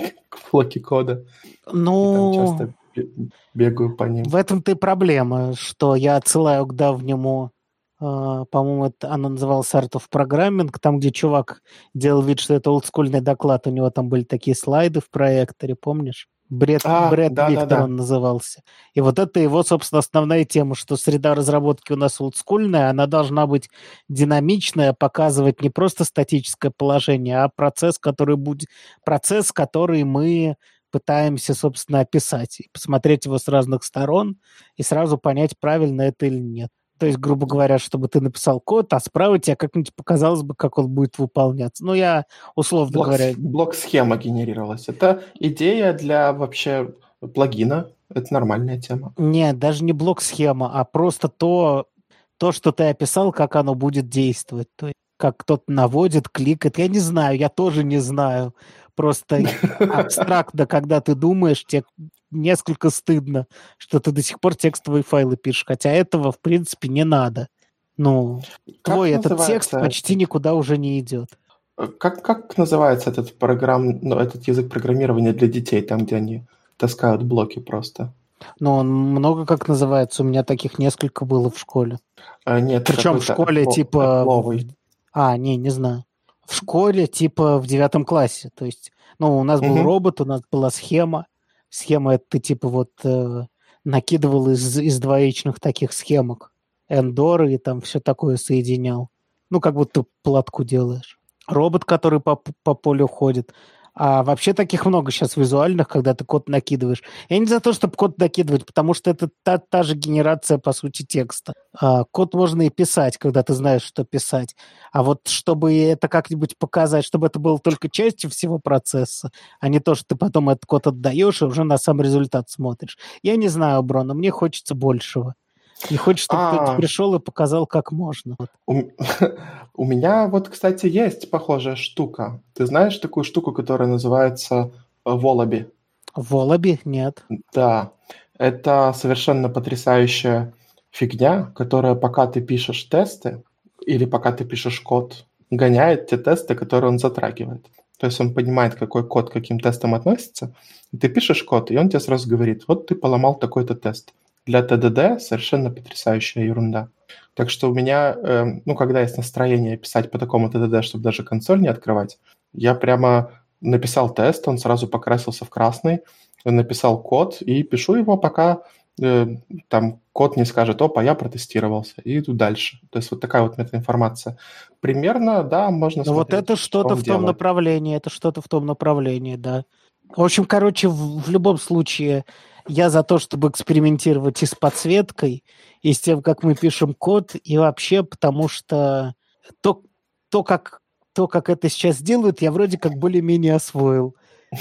блоки кода и там Ну, часто бегаю по ним. в этом-то и проблема, что я отсылаю к давнему, э, по-моему, это, оно называлось Art of Programming, там, где чувак делал вид, что это олдскульный доклад, у него там были такие слайды в проекторе, помнишь? Бред, А, Бред Виктор да-да-да. он назывался. И вот это его, собственно, основная тема, что среда разработки у нас олдскульная, она должна быть динамичная, показывать не просто статическое положение, а процесс, который будет, процесс, который мы пытаемся, собственно, описать, и посмотреть его с разных сторон и сразу понять, правильно это или нет. То есть, грубо говоря, чтобы ты написал код, а справа тебе как-нибудь показалось бы, как он будет выполняться. Ну, я, условно Блок, говоря... блок-схема генерировалась. Это идея для вообще плагина. Это нормальная тема. Нет, даже не блок-схема, а просто то, то, что ты описал, как оно будет действовать. То есть, как кто-то наводит, кликает. Я не знаю, я тоже не знаю. Просто абстрактно, когда ты думаешь, тебе несколько стыдно, что ты до сих пор текстовые файлы пишешь. Хотя этого, в принципе, не надо. Ну, Как твой этот текст называется почти этот- никуда уже не идет. Как, как называется этот программ, ну, этот язык программирования для детей, там, где они таскают блоки просто? Но он много как называется. У меня таких несколько было в школе. А, нет, Причем в какой-то школе Apple- типа... в- Apple'овый. А, не, не знаю. В школе типа в девятом классе. То есть, ну, у нас был Мгм. робот, у нас была схема. Схема это ты типа вот э, накидывал из, из двоичных таких схемок. Эндоры и там все такое соединял. Ну, как будто платку делаешь. Робот, который по, по полю ходит. А вообще таких много сейчас визуальных, когда ты код накидываешь. Я не за то, чтобы код накидывать, потому что это та, та же генерация, по сути, текста. А, код можно и писать, когда ты знаешь, что писать. А вот чтобы это как-нибудь показать, чтобы это было только частью всего процесса, а не то, что ты потом этот код отдаешь и уже на сам результат смотришь. Я не знаю, Бро, но мне хочется большего. Не хочется, чтобы кто-то А, пришел и показал, как можно. Вот. у, м- у меня вот, кстати, есть похожая штука. Ты знаешь такую штуку, которая называется э, Wallaby? Волоби? Нет. Да, это совершенно потрясающая фигня, которая, пока ты пишешь тесты или пока ты пишешь код, гоняет те тесты, которые он затрагивает. То есть он понимает, какой код к каким тестам относится. И ты пишешь код, и он тебе сразу говорит, вот ты поломал такой-то тест. Для тэ дэ дэ совершенно потрясающая ерунда. Так что у меня, э, ну, когда есть настроение писать по такому тэ дэ дэ, чтобы даже консоль не открывать, я прямо написал тест, он сразу покрасился в красный, написал код и пишу его, пока э, там код не скажет, опа, я протестировался, и иду дальше. То есть вот такая вот метаинформация. Примерно, да, можно Ну вот смотреть, это что что-то он в том делает. направлении, это что-то в том направлении, да. В общем, короче, в, в любом случае, я за то, чтобы экспериментировать и с подсветкой, и с тем, как мы пишем код, и вообще, потому что то, то, как, то как это сейчас делают, я вроде как более-менее освоил.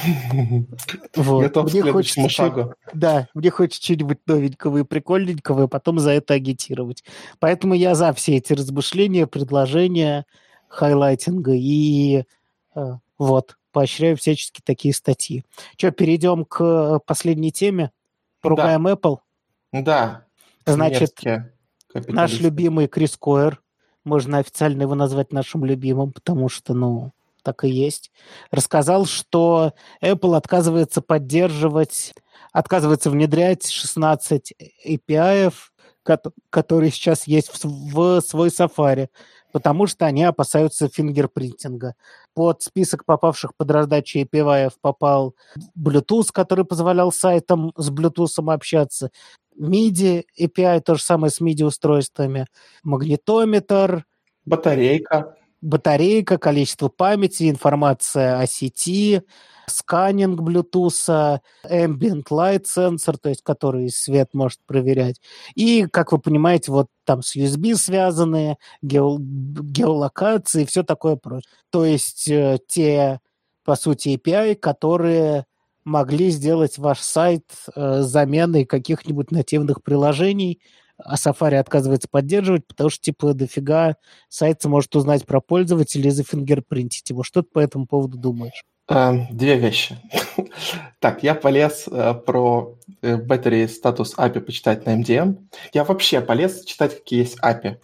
Вот. Готов к Мне следующему хочется чё- шагу. Да, мне хочется что-нибудь новенького и прикольненького, и потом за это агитировать. Поэтому я за все эти размышления, предложения, хайлайтинга и э, вот, поощряю всячески такие статьи. Что, перейдем к последней теме? Поругаем Да, Apple? да, Значит, мерзкие наш капиталисты. любимый Крис Койер, можно официально его назвать нашим любимым, потому что, ну, так и есть, рассказал, что Apple отказывается поддерживать, отказывается внедрять шестнадцать эй пи ай, кот- которые сейчас есть в, с- в свой Safari, потому что они опасаются фингерпринтинга. Под список попавших под раздачу эй пи ай попал Bluetooth, который позволял сайтам с Bluetooth общаться, миди эй пи ай, то же самое с миди-устройствами, магнитометр, Батарейка. батарейка, количество памяти, информация о сети, сканинг Bluetooth, ambient light sensor, то есть который свет может проверять. И, как вы понимаете, вот там с ю эс би связанные, гео, геолокации и все такое прочее. То есть э, те, по сути, эй пи ай, которые могли сделать ваш сайт э, заменой каких-нибудь нативных приложений, а Safari отказывается поддерживать, потому что, типа, дофига сайт может узнать про пользователя и зафингерпринтить его. Что ты по этому поводу думаешь? Эм, Две вещи. Так, я полез э, про э, Battery Status эй пи ай почитать на эм ди эм. Я вообще полез читать, какие есть эй пи ай.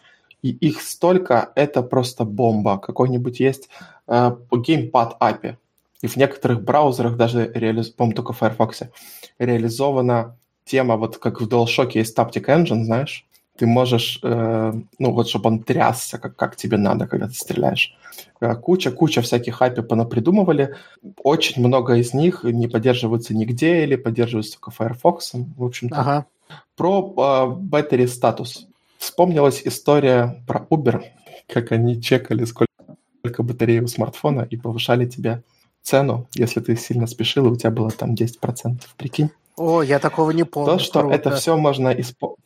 и их столько, это просто бомба. Какой-нибудь есть э, геймпад эй пи ай, и в некоторых браузерах даже, реализ... по-моему, только в Firefox, реализована тема, вот как в DualShock есть Taptic Engine, знаешь, ты можешь, э, ну вот, чтобы он трясся, как, как тебе надо, когда ты стреляешь. Куча-куча всяких эй пи ай понапридумывали. Очень много из них не поддерживаются нигде или поддерживаются только Firefox. В общем-то. Ага. Про э, battery статус. Вспомнилась история про Uber, как они чекали, сколько батареи у смартфона, и повышали тебе цену, если ты сильно спешил, и у тебя было там десять процентов. Прикинь? О, я такого не помню. То, что Круто. это все можно использовать.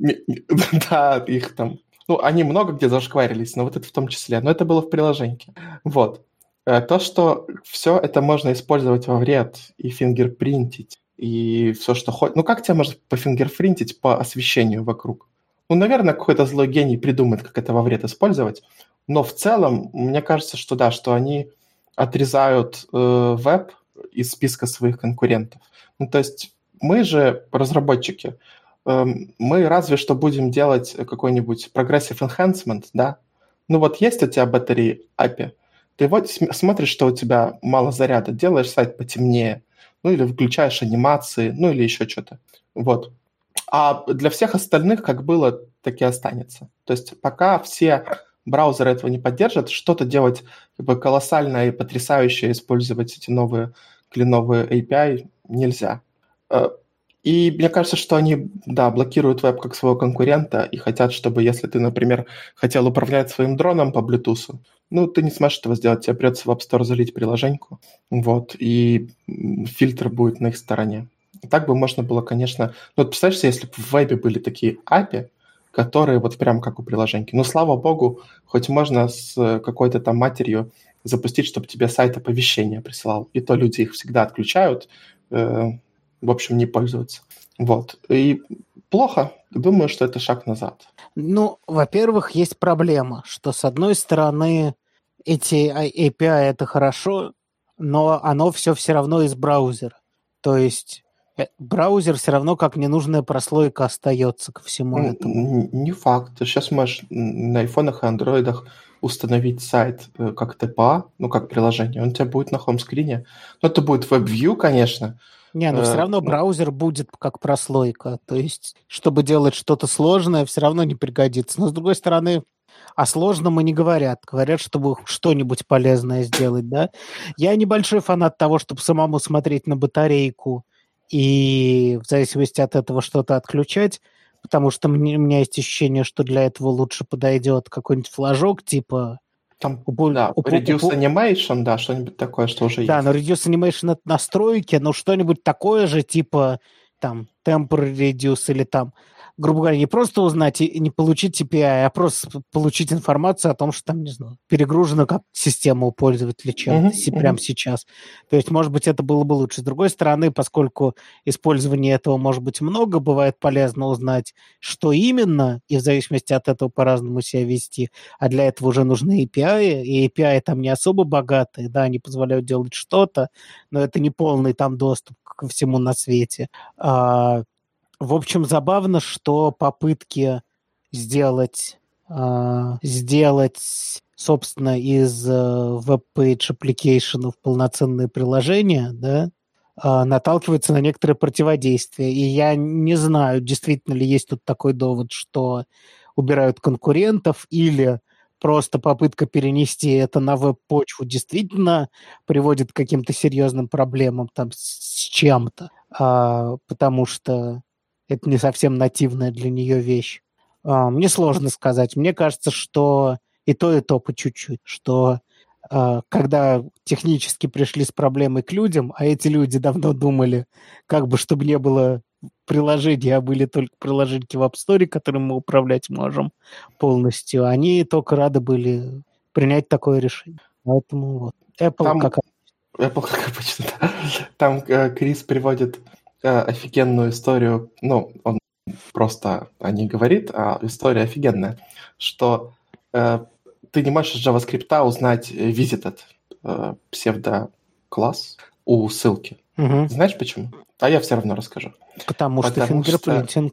Да, их там... Ну, они много где зашкварились, но вот это в том числе. Но это было в приложении. Вот. То, что все это можно использовать во вред и фингерпринтить, и все, что хочешь. Ну, как тебя можно пофингерпринтить по освещению вокруг? Ну, наверное, какой-то злой гений придумает, как это во вред использовать. Но в целом, мне кажется, что да, что они отрезают э, веб из списка своих конкурентов. Ну, то есть мы же, разработчики, э, мы разве что будем делать какой-нибудь progressive enhancement, да? Ну, вот есть у тебя батареи эй пи ай, ты вот смотришь, что у тебя мало заряда, делаешь сайт потемнее, ну, или включаешь анимации, ну, или еще что-то. Вот. А для всех остальных как было, так и останется. То есть пока все браузеры этого не поддержат, что-то делать как бы колоссальное и потрясающее, использовать эти новые кленовые эй пи ай нельзя. И мне кажется, что они, да, блокируют веб как своего конкурента и хотят, чтобы, если ты, например, хотел управлять своим дроном по Bluetooth, ну, ты не сможешь этого сделать, тебе придется в App Store залить приложеньку, вот, и фильтр будет на их стороне. Так бы можно было, конечно... Ну, вот представляешь, если бы в вебе были такие эй пи ай, которые вот прям как у приложеньки. Ну, слава богу, хоть можно с какой-то там матерью запустить, чтобы тебе сайт оповещения присылал. И то люди их всегда отключают, э, в общем, не пользуются. Вот. И плохо. Думаю, что это шаг назад. Ну, во-первых, есть проблема, что, с одной стороны, эти эй пи ай это хорошо, но оно все все равно из браузера. То есть браузер все равно как ненужная прослойка остается ко всему Ну, этому. не факт. Ты сейчас можешь на айфонах и андроидах установить сайт как ти пи эй, ну, как приложение. Он у тебя будет на хоум-скрине. Но это будет WebView, конечно. Не, но все равно ну, браузер будет как прослойка. То есть, чтобы делать что-то сложное, все равно не пригодится. Но, с другой стороны, о сложном и не говорят. Говорят, чтобы что-нибудь полезное сделать, да. Я небольшой фанат того, чтобы самому смотреть на батарейку и в зависимости от этого что-то отключать, потому что мне, у меня есть ощущение, что для этого лучше подойдет какой-нибудь флажок, типа... Там, Упу- да, упу- Reduce упу- Animation, да, что-нибудь такое, что уже Да, есть. но Reduce Animation — это настройки, но что-нибудь такое же, типа там Temporary Reduce или там, грубо говоря, не просто узнать и не получить ти пи ай, а просто получить информацию о том, что там, не знаю, перегружена как система у пользователя чем-то Мгм, си- мгм. прямо сейчас. То есть, может быть, это было бы лучше. С другой стороны, поскольку использование этого может быть много, бывает полезно узнать, что именно, и в зависимости от этого по-разному себя вести. А для этого уже нужны эй пи ай, и эй пи ай там не особо богатые, да, они позволяют делать что-то, но это не полный там доступ ко всему на свете. А, в общем, забавно, что попытки сделать, а, сделать собственно, из веб-пейдж application полноценные приложения, да, а, наталкиваются на некоторые противодействия. И я не знаю, действительно ли есть тут такой довод, что убирают конкурентов, или просто попытка перенести это на веб-почву действительно приводит к каким-то серьезным проблемам там с чем-то, а, потому что это не совсем нативная для нее вещь. А, мне сложно сказать. Мне кажется, что и то, и то по чуть-чуть, что а, когда технически пришли с проблемой к людям, а эти люди давно думали, как бы, чтобы не было приложения, а были только приложения в App Store, которым мы управлять можем полностью, они только рады были принять такое решение. Поэтому вот. Apple Там, как... Apple, как обычно, да. Там э, Крис приводит э, офигенную историю, ну, он просто о ней говорит, а история офигенная, что э, ты не можешь из JavaScript узнать visited э, псевдокласс у ссылки. Угу. Знаешь почему? А я все равно расскажу. Потому, Потому что фингерпринтинг.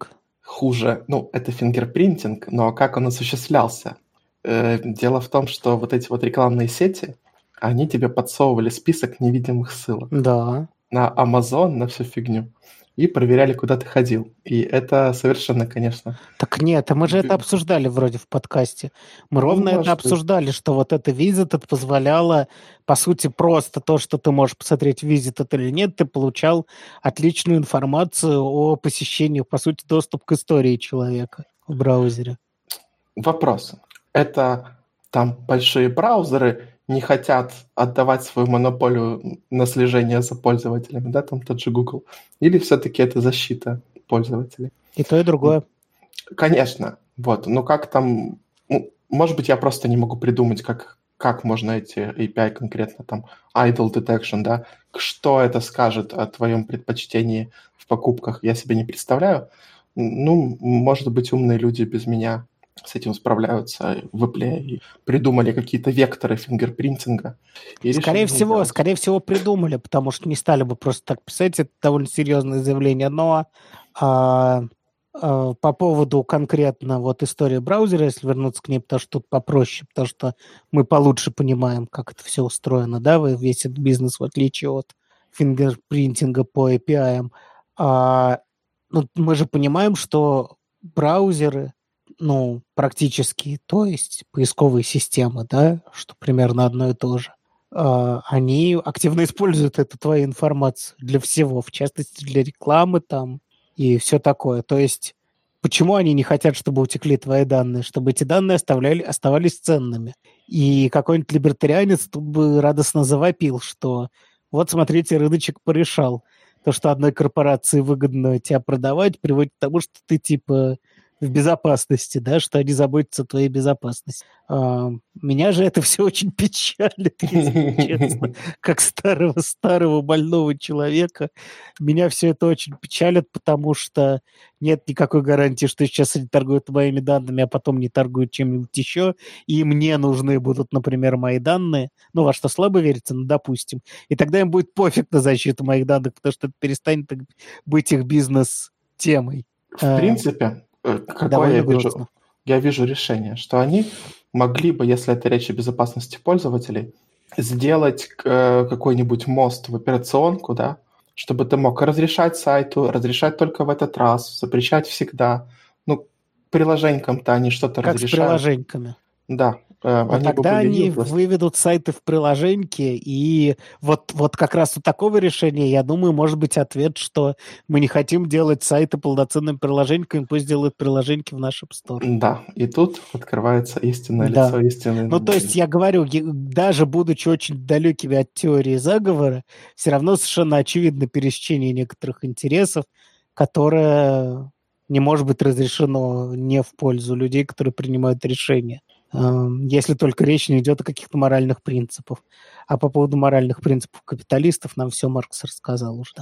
хуже. Ну, это фингерпринтинг, но как он осуществлялся? Э, дело в том, что вот эти вот рекламные сети, они тебе подсовывали список невидимых ссылок Да. на Amazon, на всю фигню, и проверяли, куда ты ходил. И это совершенно, конечно... Так нет, а мы же это обсуждали вроде в подкасте. Мы Ну, ровно это может быть. обсуждали, что вот это Visited позволяло, по сути, просто то, что ты можешь посмотреть, Visited или нет, ты получал отличную информацию о посещении, по сути, доступ к истории человека в браузере. Вопрос. Это там большие браузеры не хотят отдавать свою монополию на слежение за пользователями, да, там тот же Google, или все-таки это защита пользователей? И то, и другое. Конечно, вот, но как там, ну, может быть, я просто не могу придумать, как, как можно эти эй пи ай конкретно, там, idle detection, да, что это скажет о твоем предпочтении в покупках, я себе не представляю. Ну, может быть, умные люди без меня с этим справляются в Apple и придумали какие-то векторы фингерпринтинга. И Скорее решили не всего, делать. скорее всего, придумали, потому что не стали бы просто так писать. Это довольно серьезное заявление. Но а, а, по поводу конкретно вот истории браузера, если вернуться к ней, потому что тут попроще, потому что мы получше понимаем, как это все устроено, да, весь этот бизнес, в отличие от фингерпринтинга по эй пи ай. А, ну, мы же понимаем, что браузеры, ну, практически, то есть поисковые системы, да, что примерно одно и то же, а, они активно используют эту твою информацию для всего, в частности, для рекламы там и все такое. То есть почему они не хотят, чтобы утекли твои данные? Чтобы эти данные оставляли, оставались ценными. И какой-нибудь либертарианец тут бы радостно завопил, что вот, смотрите, рыночек порешал. То, что одной корпорации выгодно тебя продавать, приводит к тому, что ты типа в безопасности, да, что они заботятся о твоей безопасности. А, меня же это все очень печалит, если честно. Как старого-старого больного человека. Меня все это очень печалит, потому что нет никакой гарантии, что сейчас они торгуют моими данными, а потом не торгуют чем-нибудь еще, и мне нужны будут, например, мои данные, ну, во что слабо верится, ну, допустим, и тогда им будет пофиг на защиту моих данных, потому что это перестанет быть их бизнес-темой. В принципе, какое Довольно я вижу, грустно. я вижу решение, что они могли бы, если это речь о безопасности пользователей, сделать э, какой-нибудь мост в операционку, да, чтобы ты мог разрешать сайту, разрешать только в этот раз, запрещать всегда. Ну, приложенькам-то они что-то Как с разрешают. приложеньками. Да, э, Но они бы тогда были они useless. выведут сайты в приложеньке, и вот, вот как раз у такого решения, я думаю, может быть ответ, что мы не хотим делать сайты полноценными приложеньками, пусть делают приложеньки в наш App Store. Да, и тут открывается истинное Да. лицо истины. Ну, то есть, я говорю, я- даже будучи очень далекими от теории заговора, все равно совершенно очевидно пересечение некоторых интересов, которое не может быть разрешено не в пользу людей, которые принимают решения. Эм, Если только речь не идет о каких-то моральных принципах. А по поводу моральных принципов капиталистов нам все Маркс рассказал уже.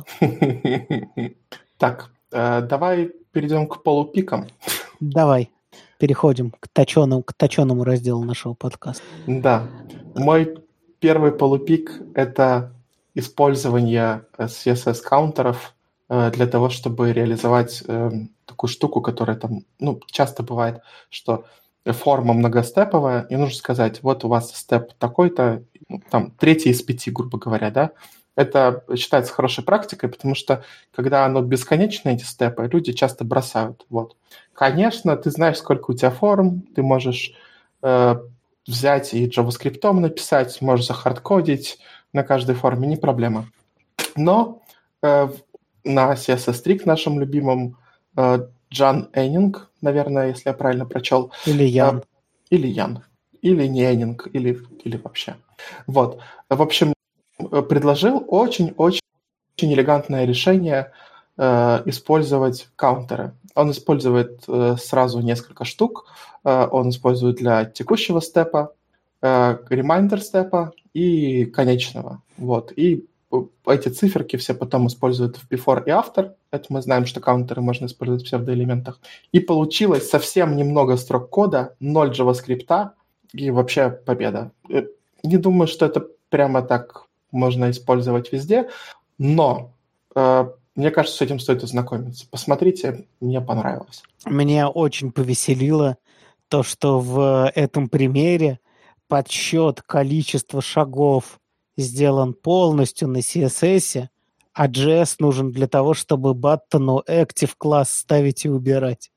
Да. Так, э, давай перейдем к полупикам. Давай, переходим к точеному, к точеному разделу нашего подкаста. Да, мой первый полупик – это использование си эс эс-каунтеров для того, чтобы реализовать э, такую штуку, которая там, ну, часто бывает, что форма многостеповая, и нужно сказать, вот у вас степ такой-то, ну, там, третий из пяти, грубо говоря, да, это считается хорошей практикой, потому что, когда оно бесконечно, эти степы, люди часто бросают, вот. Конечно, ты знаешь, сколько у тебя форм, ты можешь э, взять и JavaScript написать, можешь захардкодить на каждой форме, не проблема. Но э, на си эс эс-Trick нашем любимом э, Джан Эннинг, наверное, если я правильно прочел. Или Ян. Э, или Ян. Или не Эннинг, или, или вообще. Вот. В общем, предложил очень-очень элегантное решение э, использовать каунтеры. Он использует э, сразу несколько штук. Э, он использует для текущего степа, э, ремайндер степа и конечного. Вот. И эти циферки все потом используют в before и after. Это мы знаем, что каунтеры можно использовать в псевдоэлементах. И получилось совсем немного строк кода, ноль JavaScript и вообще победа. Не думаю, что это прямо так можно использовать везде, но э, мне кажется, с этим стоит ознакомиться. Посмотрите, мне понравилось. Меня очень повеселило то, что в этом примере подсчет количества шагов сделан полностью на си эс эс, а джей эс нужен для того, чтобы баттону active класс ставить и убирать.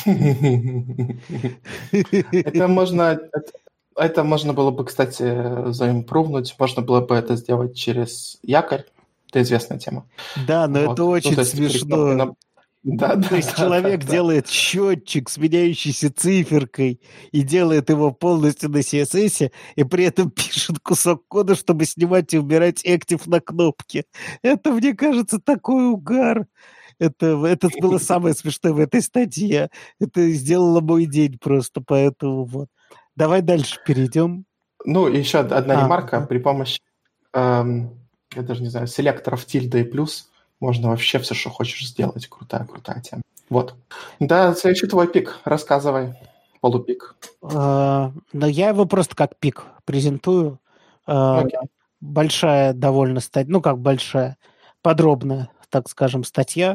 Это можно, это, это можно было бы, кстати, заимпрувнуть. Можно было бы это сделать через якорь. Это известная тема. Да, но вот. это очень ну, смешно. На... Да, то да, есть да, человек да, делает да. счетчик с меняющейся циферкой и делает его полностью на си эс эс, и при этом пишет кусок кода, чтобы снимать и убирать active на кнопке. Это, мне кажется, такой угар. Это, это было самое смешное в этой статье. Это сделало мой день просто, поэтому вот. Давай дальше перейдем. Ну, еще одна а, ремарка. ага. При помощи, эм, я даже не знаю, селекторов тильда и плюс можно вообще все, что хочешь сделать. Крутая, крутая тема. Вот. Да, следующий твой пик. Рассказывай. Полупик. А, но я его просто как пик презентую. А, Окей. большая довольно статья, ну как большая, подробная, так скажем, статья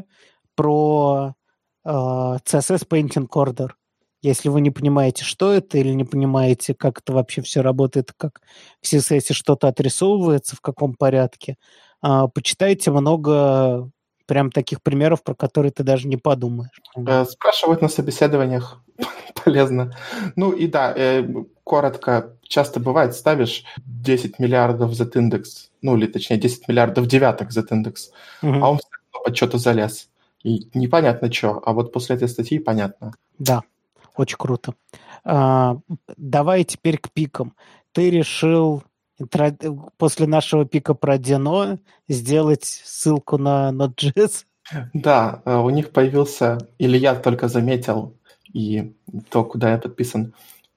про а, си эс эс Painting Order. Если вы не понимаете, что это, или не понимаете, как это вообще все работает, как в си эс эс что-то отрисовывается, в каком порядке, а, почитайте много прям таких примеров, про которые ты даже не подумаешь. Спрашивают на собеседованиях. Полезно. Ну и да, э, коротко, часто бывает, ставишь десять миллиардов Z-индекс, ну или точнее десять миллиардов девяток Z-индекс, угу. а он под что-то залез. И непонятно что, а вот после этой статьи понятно. Да, очень круто. А, давай теперь к пикам. Ты решил после нашего пика про Deno сделать ссылку на Node.js? Да, у них появился, или я только заметил, и то, куда я подписан,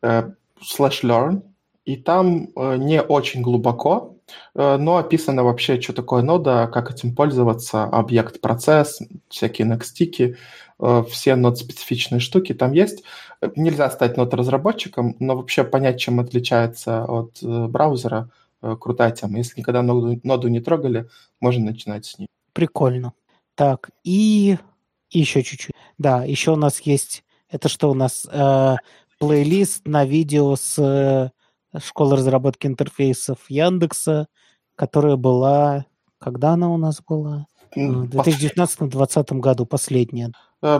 slash learn, и там не очень глубоко, но описано вообще, что такое нода, как этим пользоваться, объект-процесс, всякие некстики, все нод-специфичные штуки там есть. Нельзя стать нод-разработчиком, но вообще понять, чем отличается от браузера, крутая тема. Если никогда ноду, ноду не трогали, можно начинать с ней. Прикольно. Так, и, и еще чуть-чуть. Да, еще у нас есть, это что у нас, э, плейлист на видео с э, школы разработки интерфейсов Яндекса, которая была, когда она у нас была? В две тысячи девятнадцатом-двадцатом году, последняя.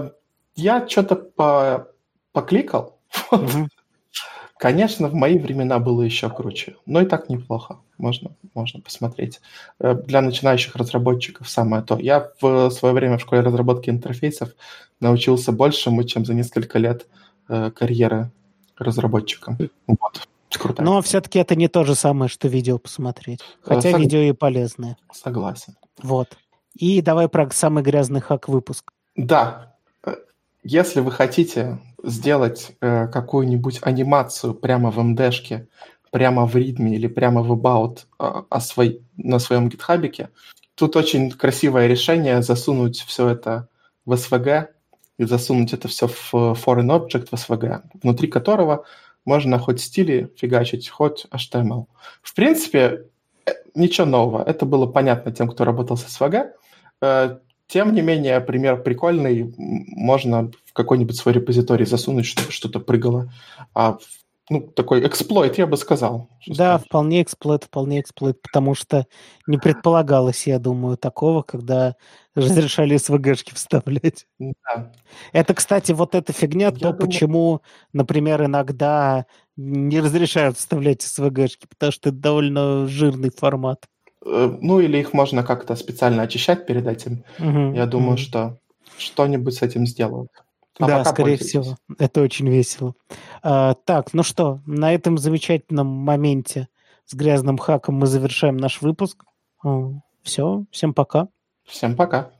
Я что-то по... покликал. Угу. Конечно, в мои времена было еще круче, но и так неплохо. Можно, можно посмотреть. Для начинающих разработчиков самое то. Я в свое время в школе разработки интерфейсов научился большему, чем за несколько лет карьеры разработчиком. Вот. Круто. Но все-таки это не то же самое, что видео посмотреть. Хотя Сог... видео и полезное. Согласен. Вот. И давай про самый грязный хак выпуск. Да. Если вы хотите сделать э, какую-нибудь анимацию прямо в эм ди-шке, прямо в readme или прямо в about э, о свой, на своем гитхабике, тут очень красивое решение засунуть все это в эс ви джи и засунуть это все в foreign object в эс ви джи, внутри которого можно хоть стили фигачить, хоть эйч ти эм эл. В принципе, ничего нового. Это было понятно тем, кто работал с эс ви джи. Э, Тем не менее, пример прикольный. Можно в какой-нибудь свой репозиторий засунуть, чтобы что-то прыгало. А, ну, такой эксплойт, я бы сказал. Да, вполне эксплойт, вполне эксплойт, потому что не предполагалось, я думаю, такого, когда разрешали эс ви джи-шки вставлять. Да. Это, кстати, вот эта фигня, я то, думаю... почему, например, иногда не разрешают вставлять эс ви джи-шки, потому что это довольно жирный формат. Ну, или их можно как-то специально очищать перед этим. Uh-huh, Я думаю, uh-huh. что что-нибудь с этим сделают. А да, скорее всего. Это очень весело. А, так, ну что, на этом замечательном моменте с грязным хаком мы завершаем наш выпуск. А, все, всем пока. Всем пока.